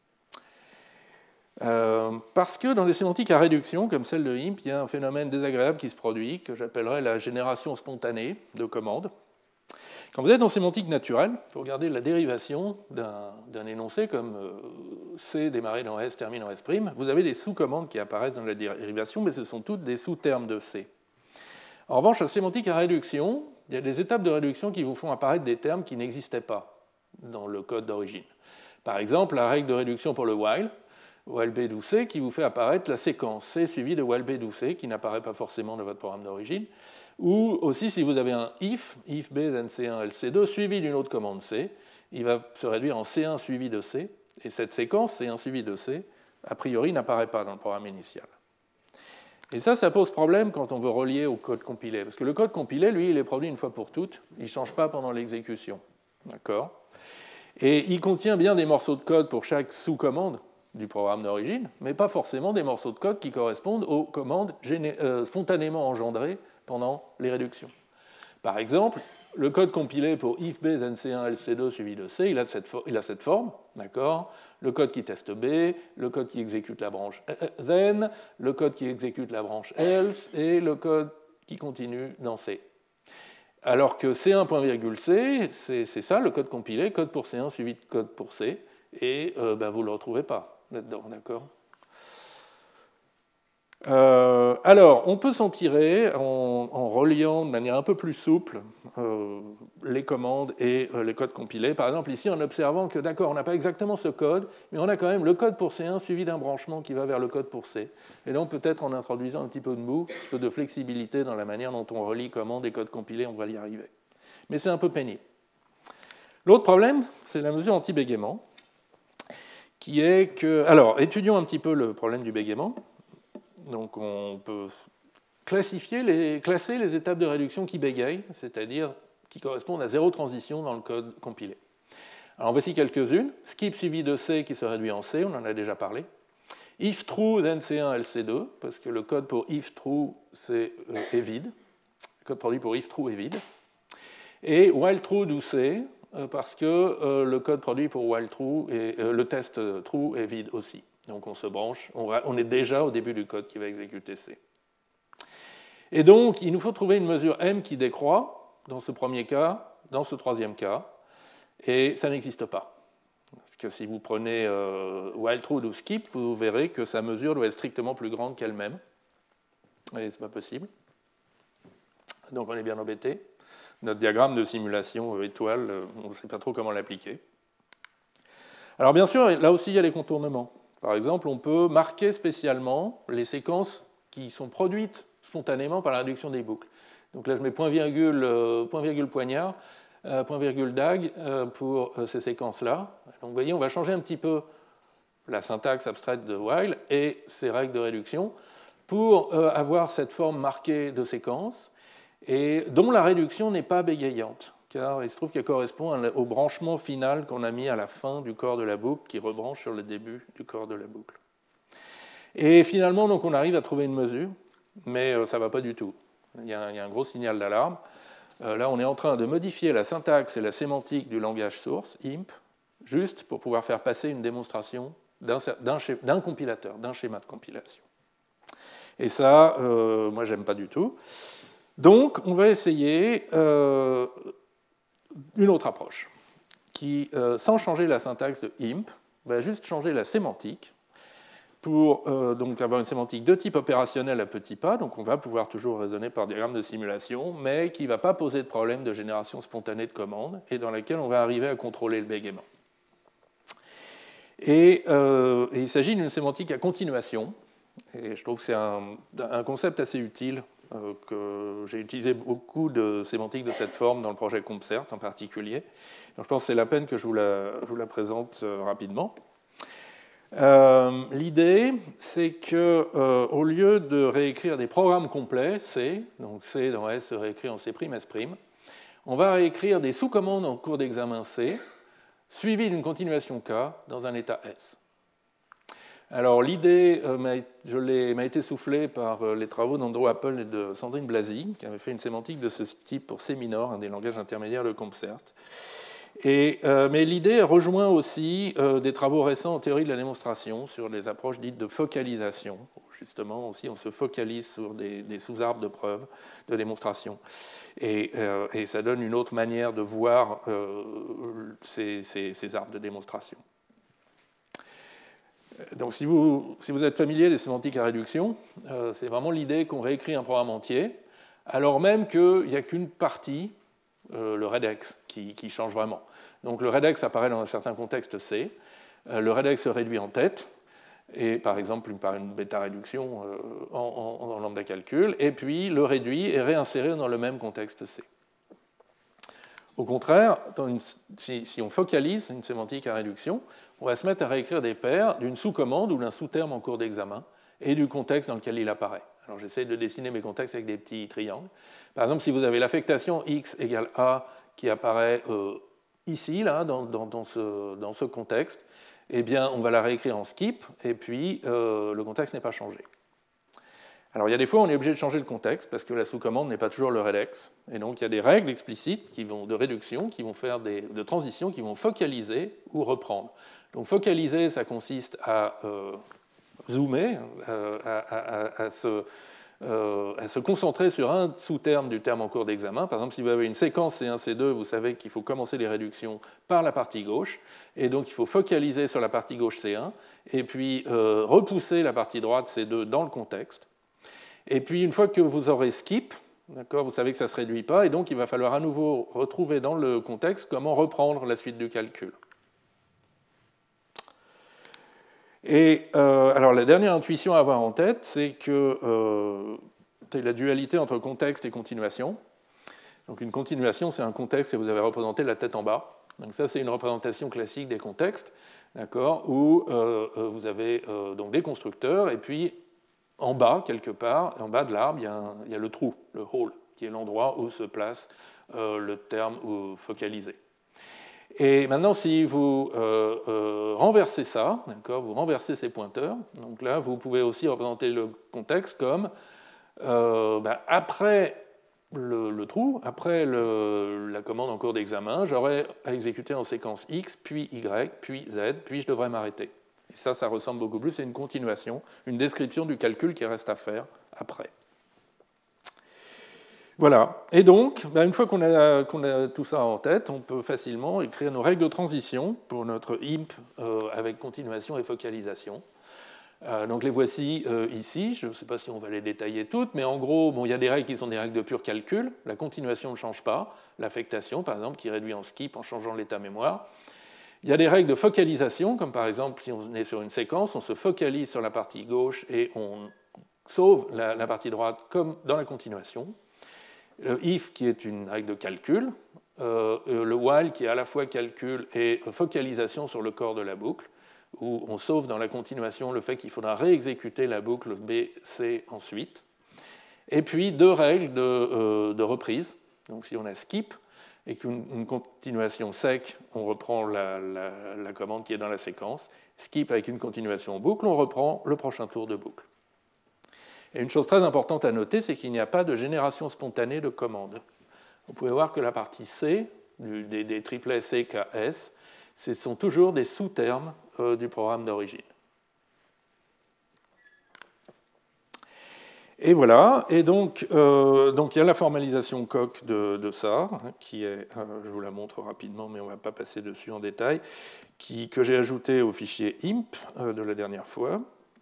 Parce que dans les sémantiques à réduction, comme celle de imp, il y a un phénomène désagréable qui se produit, que j'appellerais la génération spontanée de commandes. Quand vous êtes en sémantique naturelle, vous regardez la dérivation d'un énoncé comme C démarré dans S, termine en S', vous avez des sous-commandes qui apparaissent dans la dérivation, mais ce sont toutes des sous-termes de C. En revanche, en sémantique à réduction, il y a des étapes de réduction qui vous font apparaître des termes qui n'existaient pas dans le code d'origine. Par exemple, la règle de réduction pour le while, while B d'où C, qui vous fait apparaître la séquence C suivie de while B d'où C, qui n'apparaît pas forcément dans votre programme d'origine. Ou aussi, si vous avez un if B, then C1, LC2, suivi d'une autre commande C, il va se réduire en C1 suivi de C, et cette séquence, C1 suivi de C, a priori, n'apparaît pas dans le programme initial. Et ça pose problème quand on veut relier au code compilé, parce que le code compilé, lui, il est produit une fois pour toutes, il ne change pas pendant l'exécution. D'accord ? Et il contient bien des morceaux de code pour chaque sous-commande du programme d'origine, mais pas forcément des morceaux de code qui correspondent aux commandes spontanément engendrées pendant les réductions. Par exemple, le code compilé pour if B, then C1, LC2 suivi de C, il a cette forme, d'accord ? Le code qui teste B, le code qui exécute la branche then, le code qui exécute la branche else, et le code qui continue dans C. Alors que C1.C, c'est ça le code compilé, code pour C1 suivi de code pour C, et vous ne le retrouvez pas là-dedans, d'accord ? Alors, on peut s'en tirer en reliant de manière un peu plus souple les commandes et les codes compilés. Par exemple, ici, en observant que, d'accord, on n'a pas exactement ce code, mais on a quand même le code pour C1 suivi d'un branchement qui va vers le code pour C. Et donc, peut-être en introduisant un petit peu de mou, un petit peu de flexibilité dans la manière dont on relie commandes et codes compilés, on va y arriver. Mais c'est un peu pénible. L'autre problème, c'est la mesure anti-bégaiement, qui est que... Alors, étudions un petit peu le problème du bégaiement. Donc on peut classer les étapes de réduction qui bégayent, c'est-à-dire qui correspondent à zéro transition dans le code compilé. Alors voici quelques-unes. Skip suivi de C qui se réduit en C, on en a déjà parlé. If true, then C1, LC2, parce que le code pour if true est vide. Le code produit pour if true est vide. Et while true d'où C, parce que le code produit pour while true et le test true est vide aussi. Donc on se branche, on est déjà au début du code qui va exécuter C. Et donc il nous faut trouver une mesure M qui décroît dans ce premier cas, dans ce troisième cas, et ça n'existe pas. Parce que si vous prenez while true ou skip, vous verrez que sa mesure doit être strictement plus grande qu'elle-même. Et c'est pas possible. Donc on est bien embêté. Notre diagramme de simulation étoile, on ne sait pas trop comment l'appliquer. Alors bien sûr, là aussi il y a les contournements. Par exemple, on peut marquer spécialement les séquences qui sont produites spontanément par la réduction des boucles. Donc là, je mets point virgule poignard, point virgule DAG pour ces séquences-là. Donc vous voyez, on va changer un petit peu la syntaxe abstraite de while et ses règles de réduction pour avoir cette forme marquée de séquence et dont la réduction n'est pas bégayante, car il se trouve qu'elle correspond au branchement final qu'on a mis à la fin du corps de la boucle qui rebranche sur le début du corps de la boucle. Et finalement, donc, on arrive à trouver une mesure, mais ça ne va pas du tout. Il y a un gros signal d'alarme. Là, on est en train de modifier la syntaxe et la sémantique du langage source, IMP, juste pour pouvoir faire passer une démonstration d'un compilateur, d'un schéma de compilation. Et ça, moi, j'aime pas du tout. Donc, on va essayer une autre approche qui, sans changer la syntaxe de IMP, va juste changer la sémantique pour donc avoir une sémantique de type opérationnel à petits pas, donc on va pouvoir toujours raisonner par diagramme de simulation, mais qui ne va pas poser de problème de génération spontanée de commandes et dans laquelle on va arriver à contrôler le bégaiement. Et il s'agit d'une sémantique à continuation, et je trouve que c'est un concept assez utile, que j'ai utilisé beaucoup de sémantique de cette forme dans le projet CompCert en particulier. Donc je pense que c'est la peine que je vous la présente rapidement. L'idée, c'est qu'au lieu de réécrire des programmes complets, C, donc C dans S se réécrit en C', S', on va réécrire des sous-commandes en cours d'examen C, suivies d'une continuation K dans un état S. Alors l'idée m'a été soufflée par les travaux d'Andrew Appel et de Sandrine Blasi, qui avaient fait une sémantique de ce type pour C minor, un des langages intermédiaires de CompCert. Mais l'idée rejoint aussi des travaux récents en théorie de la démonstration sur les approches dites de focalisation. Justement, aussi, on se focalise sur des sous-arbres de preuves, de démonstration. Et ça donne une autre manière de voir ces arbres de démonstration. Donc, si vous êtes familier des sémantiques à réduction, c'est vraiment l'idée qu'on réécrit un programme entier, alors même qu'il n'y a qu'une partie, le regex, qui change vraiment. Donc, le regex apparaît dans un certain contexte C, le regex se réduit en tête, et par exemple par une bêta-réduction en lambda calcul, et puis le réduit est réinséré dans le même contexte C. Au contraire, si on focalise une sémantique à réduction, on va se mettre à réécrire des paires d'une sous-commande ou d'un sous-terme en cours d'examen et du contexte dans lequel il apparaît. Alors j'essaie de dessiner mes contextes avec des petits triangles. Par exemple, si vous avez l'affectation x égale a qui apparaît ici, là, dans ce contexte, eh bien, on va la réécrire en skip, et puis le contexte n'est pas changé. Alors il y a des fois où on est obligé de changer le contexte parce que la sous-commande n'est pas toujours le regex. Et donc il y a des règles explicites de réduction qui vont faire de transitions qui vont focaliser ou reprendre. Donc focaliser, ça consiste à zoomer, à se concentrer sur un sous-terme du terme en cours d'examen. Par exemple, si vous avez une séquence C1, C2, vous savez qu'il faut commencer les réductions par la partie gauche, et donc il faut focaliser sur la partie gauche C1, et puis repousser la partie droite C2 dans le contexte. Et puis, une fois que vous aurez skip, vous savez que ça ne se réduit pas, et donc il va falloir à nouveau retrouver dans le contexte comment reprendre la suite du calcul. Et alors, la dernière intuition à avoir en tête, c'est que c'est la dualité entre contexte et continuation. Donc, une continuation, c'est un contexte que vous avez représenté la tête en bas. Donc, ça, c'est une représentation classique des contextes, où vous avez donc des constructeurs, et puis en bas, quelque part, en bas de l'arbre, il y a le trou, le hole, qui est l'endroit où se place le terme focalisé. Et maintenant, si vous renversez ça, vous renversez ces pointeurs, donc là, vous pouvez aussi représenter le contexte comme après le trou, après la commande en cours d'examen, j'aurai à exécuter en séquence X, puis Y, puis Z, puis je devrais m'arrêter. Et ça ressemble beaucoup plus à une continuation, une description du calcul qui reste à faire après. Voilà. Et donc, une fois qu'on a tout ça en tête, on peut facilement écrire nos règles de transition pour notre IMP avec continuation et focalisation. Donc les voici ici. Je ne sais pas si on va les détailler toutes, mais en gros, il y a des règles qui sont des règles de pur calcul. La continuation ne change pas. L'affectation, par exemple, qui réduit en skip en changeant l'état mémoire. Il y a des règles de focalisation, comme par exemple, si on est sur une séquence, on se focalise sur la partie gauche et on sauve la partie droite comme dans la continuation. Le if, qui est une règle de calcul. Le while, qui est à la fois calcul et focalisation sur le corps de la boucle, où on sauve dans la continuation le fait qu'il faudra réexécuter la boucle BC ensuite. Et puis deux règles de reprise. Donc si on a skip, et qu'une continuation sec, on reprend la commande qui est dans la séquence. Skip avec une continuation en boucle, on reprend le prochain tour de boucle. Et une chose très importante à noter, c'est qu'il n'y a pas de génération spontanée de commandes. Vous pouvez voir que la partie C, des triplets CKS, ce sont toujours des sous-termes du programme d'origine. Et voilà, et donc il y a la formalisation coq de ça, qui est, je vous la montre rapidement, mais on ne va pas passer dessus en détail, que j'ai ajouté au fichier imp de la dernière fois.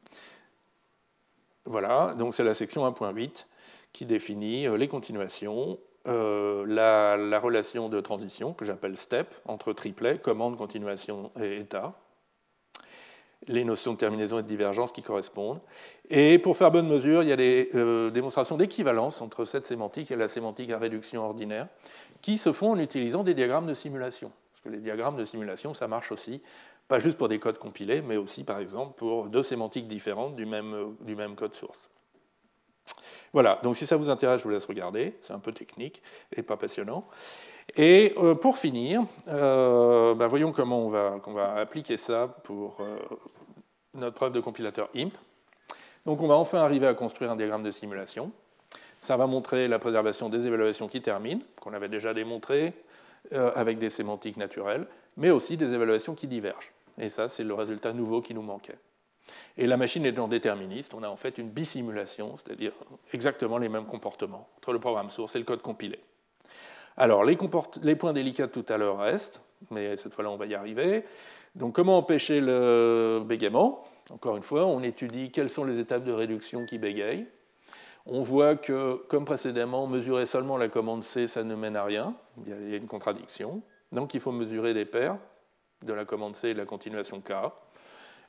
Voilà, donc c'est la section 1.8 qui définit les continuations, la relation de transition que j'appelle step entre triplets, commande, continuation et état, les notions de terminaison et de divergence qui correspondent. Et pour faire bonne mesure, il y a des démonstrations d'équivalence entre cette sémantique et la sémantique à réduction ordinaire qui se font en utilisant des diagrammes de simulation. Parce que les diagrammes de simulation, ça marche aussi, pas juste pour des codes compilés, mais aussi, par exemple, pour deux sémantiques différentes du même code source. Voilà, donc si ça vous intéresse, je vous laisse regarder. C'est un peu technique et pas passionnant. Et pour finir, voyons comment on va appliquer ça pour notre preuve de compilateur IMP. Donc on va enfin arriver à construire un diagramme de simulation. Ça va montrer la préservation des évaluations qui terminent, qu'on avait déjà démontré avec des sémantiques naturelles, mais aussi des évaluations qui divergent. Et ça, c'est le résultat nouveau qui nous manquait. Et la machine étant déterministe, on a en fait une bisimulation, c'est-à-dire exactement les mêmes comportements entre le programme source et le code compilé. Alors, les points délicats de tout à l'heure restent, mais cette fois-là, on va y arriver. Donc, comment empêcher le bégaiement? Encore une fois, on étudie quelles sont les étapes de réduction qui bégayent. On voit que, comme précédemment, mesurer seulement la commande C, ça ne mène à rien. Il y a une contradiction. Donc, il faut mesurer des paires de la commande C et de la continuation K.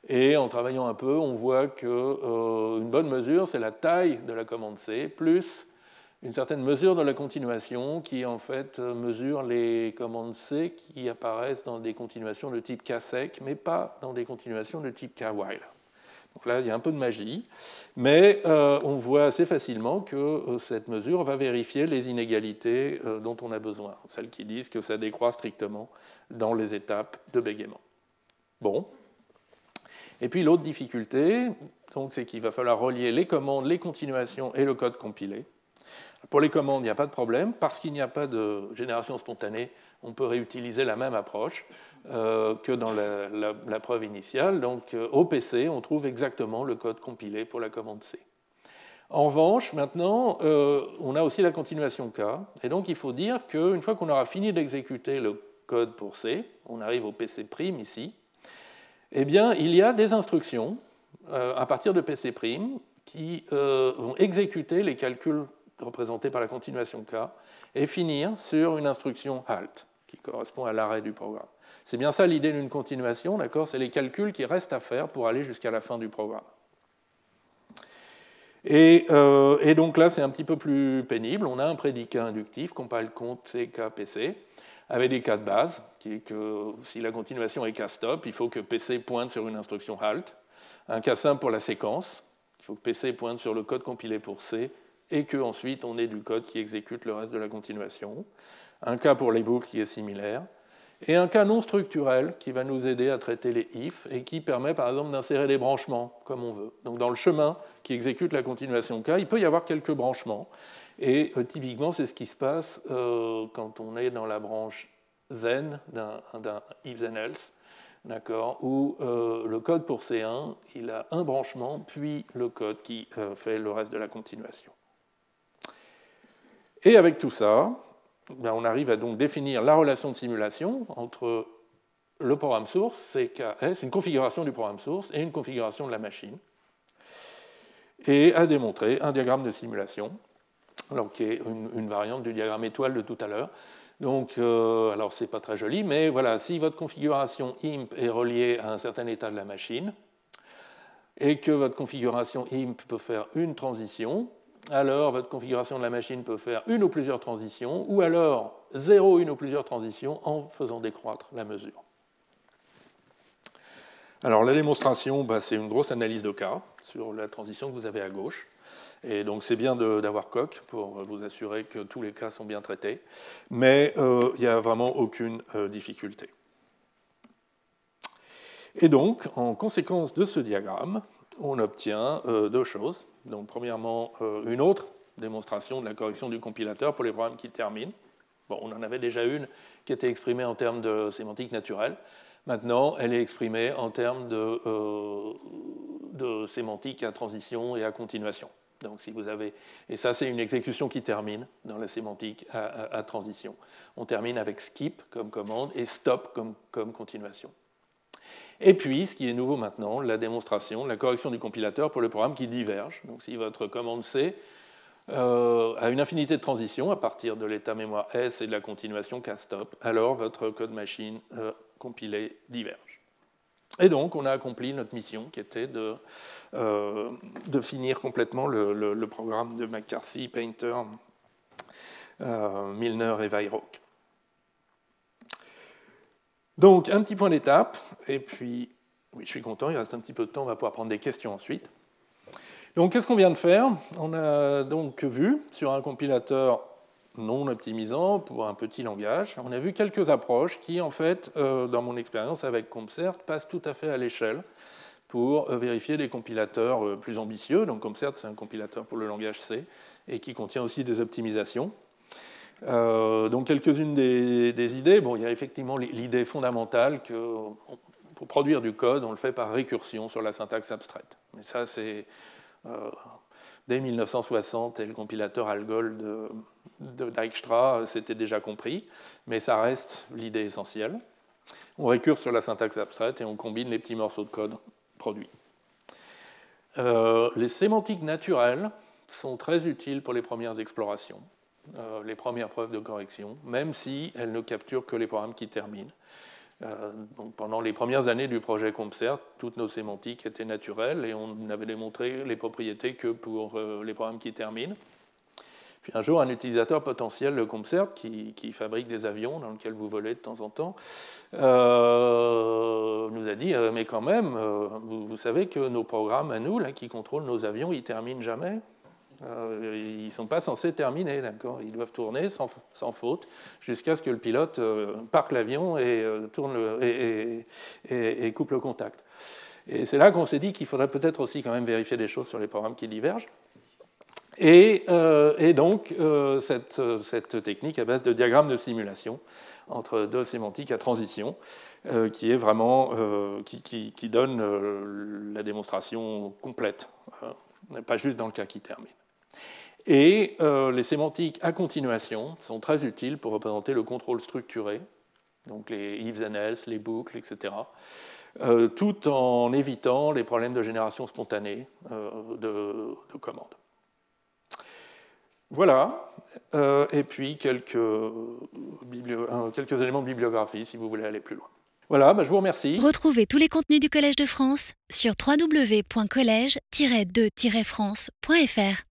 Et en travaillant un peu, on voit qu'une bonne mesure, c'est la taille de la commande C, plus une certaine mesure de la continuation qui, en fait, mesure les commandes C qui apparaissent dans des continuations de type K-sec, mais pas dans des continuations de type K-while. Donc là, il y a un peu de magie, mais on voit assez facilement que cette mesure va vérifier les inégalités dont on a besoin, celles qui disent que ça décroît strictement dans les étapes de bégaiement. Bon. Et puis l'autre difficulté, c'est qu'il va falloir relier les commandes, les continuations et le code compilé. Pour les commandes, il n'y a pas de problème, parce qu'il n'y a pas de génération spontanée, on peut réutiliser la même approche que dans la preuve initiale. Donc au PC, on trouve exactement le code compilé pour la commande C. En revanche, maintenant, on a aussi la continuation K, et donc il faut dire qu'une fois qu'on aura fini d'exécuter le code pour C, on arrive au PC' ici, eh bien, il y a des instructions à partir de PC' qui vont exécuter les calculs représentés par la continuation K et finir sur une instruction halt, qui correspond à l'arrêt du programme. C'est bien ça l'idée d'une continuation, d'accord ? C'est les calculs qui restent à faire pour aller jusqu'à la fin du programme. Et donc là, c'est un petit peu plus pénible. On a un prédicat inductif, compile compte CK PC, avec des cas de base, qui est que si la continuation est K-stop, il faut que PC pointe sur une instruction halt. Un cas simple pour la séquence, il faut que PC pointe sur le code compilé pour C, et qu'ensuite on ait du code qui exécute le reste de la continuation. Un cas pour les boucles qui est similaire. Et un cas non structurel qui va nous aider à traiter les if et qui permet par exemple d'insérer des branchements comme on veut. Donc dans le chemin qui exécute la continuation K, il peut y avoir quelques branchements. Et typiquement, c'est ce qui se passe quand on est dans la branche then d'un if then else, d'accord, où le code pour C1, il a un branchement, puis le code qui fait le reste de la continuation. Et avec tout ça, on arrive à donc définir la relation de simulation entre le programme source, CKS, une configuration du programme source, et une configuration de la machine, et à démontrer un diagramme de simulation, alors qui est une variante du diagramme étoile de tout à l'heure. Donc, alors c'est pas très joli, mais voilà, si votre configuration imp est reliée à un certain état de la machine, et que votre configuration imp peut faire une transition, alors votre configuration de la machine peut faire une ou plusieurs transitions, ou alors 0, une ou plusieurs transitions en faisant décroître la mesure. Alors la démonstration, c'est une grosse analyse de cas sur la transition que vous avez à gauche. Et donc c'est bien d'avoir Coq pour vous assurer que tous les cas sont bien traités, mais il n'y a vraiment aucune difficulté. Et donc, en conséquence de ce diagramme, on obtient deux choses. Donc, premièrement, une autre démonstration de la correction du compilateur pour les programmes qui terminent. Bon, on en avait déjà une qui était exprimée en termes de sémantique naturelle. Maintenant, elle est exprimée en termes de sémantique à transition et à continuation. Donc, si vous avez... Et ça, c'est une exécution qui termine dans la sémantique à transition. On termine avec skip comme commande et stop comme continuation. Et puis, ce qui est nouveau maintenant, la démonstration, la correction du compilateur pour le programme qui diverge. Donc, si votre commande C a une infinité de transitions à partir de l'état mémoire S et de la continuation K-stop, alors votre code machine compilé diverge. Et donc, on a accompli notre mission qui était de finir complètement le programme de McCarthy, Painter, Milner et Weyrauch. Donc, un petit point d'étape, et puis, oui, je suis content, il reste un petit peu de temps, on va pouvoir prendre des questions ensuite. Donc, qu'est-ce qu'on vient de faire ? On a donc vu, sur un compilateur non optimisant, pour un petit langage, on a vu quelques approches qui, en fait, dans mon expérience avec CompCert, passent tout à fait à l'échelle pour vérifier des compilateurs plus ambitieux. Donc, CompCert, c'est un compilateur pour le langage C, et qui contient aussi des optimisations. Donc quelques-unes des idées. Bon, il y a effectivement l'idée fondamentale que pour produire du code, on le fait par récursion sur la syntaxe abstraite. Mais ça, c'est dès 1960 et le compilateur Algol de Dijkstra, c'était déjà compris, mais ça reste l'idée essentielle. On récurse sur la syntaxe abstraite et on combine les petits morceaux de code produits. Les sémantiques naturelles sont très utiles pour les premières explorations. Les premières preuves de correction, même si elles ne capturent que les programmes qui terminent. Donc pendant les premières années du projet CompCert, toutes nos sémantiques étaient naturelles et on n'avait démontré les propriétés que pour les programmes qui terminent. Puis un jour, un utilisateur potentiel de CompCert qui fabrique des avions dans lesquels vous volez de temps en temps nous a dit mais quand même, vous savez que nos programmes à nous, là, qui contrôlent nos avions, ils ne terminent jamais. Ils ne sont pas censés terminer, d'accord. Ils doivent tourner sans faute jusqu'à ce que le pilote parque l'avion et coupe le contact. Et c'est là qu'on s'est dit qu'il faudrait peut-être aussi quand même vérifier des choses sur les programmes qui divergent. Et donc, cette technique à base de diagrammes de simulation entre deux sémantiques à transition, qui est vraiment qui donne la démonstration complète, pas juste dans le cas qui termine. Et les sémantiques à continuation sont très utiles pour représenter le contrôle structuré, donc les ifs and else, les boucles, etc., tout en évitant les problèmes de génération spontanée de commandes. Voilà, et puis quelques éléments de bibliographie si vous voulez aller plus loin. Voilà, je vous remercie. Retrouvez tous les contenus du Collège de France sur www.collège-2-france.fr.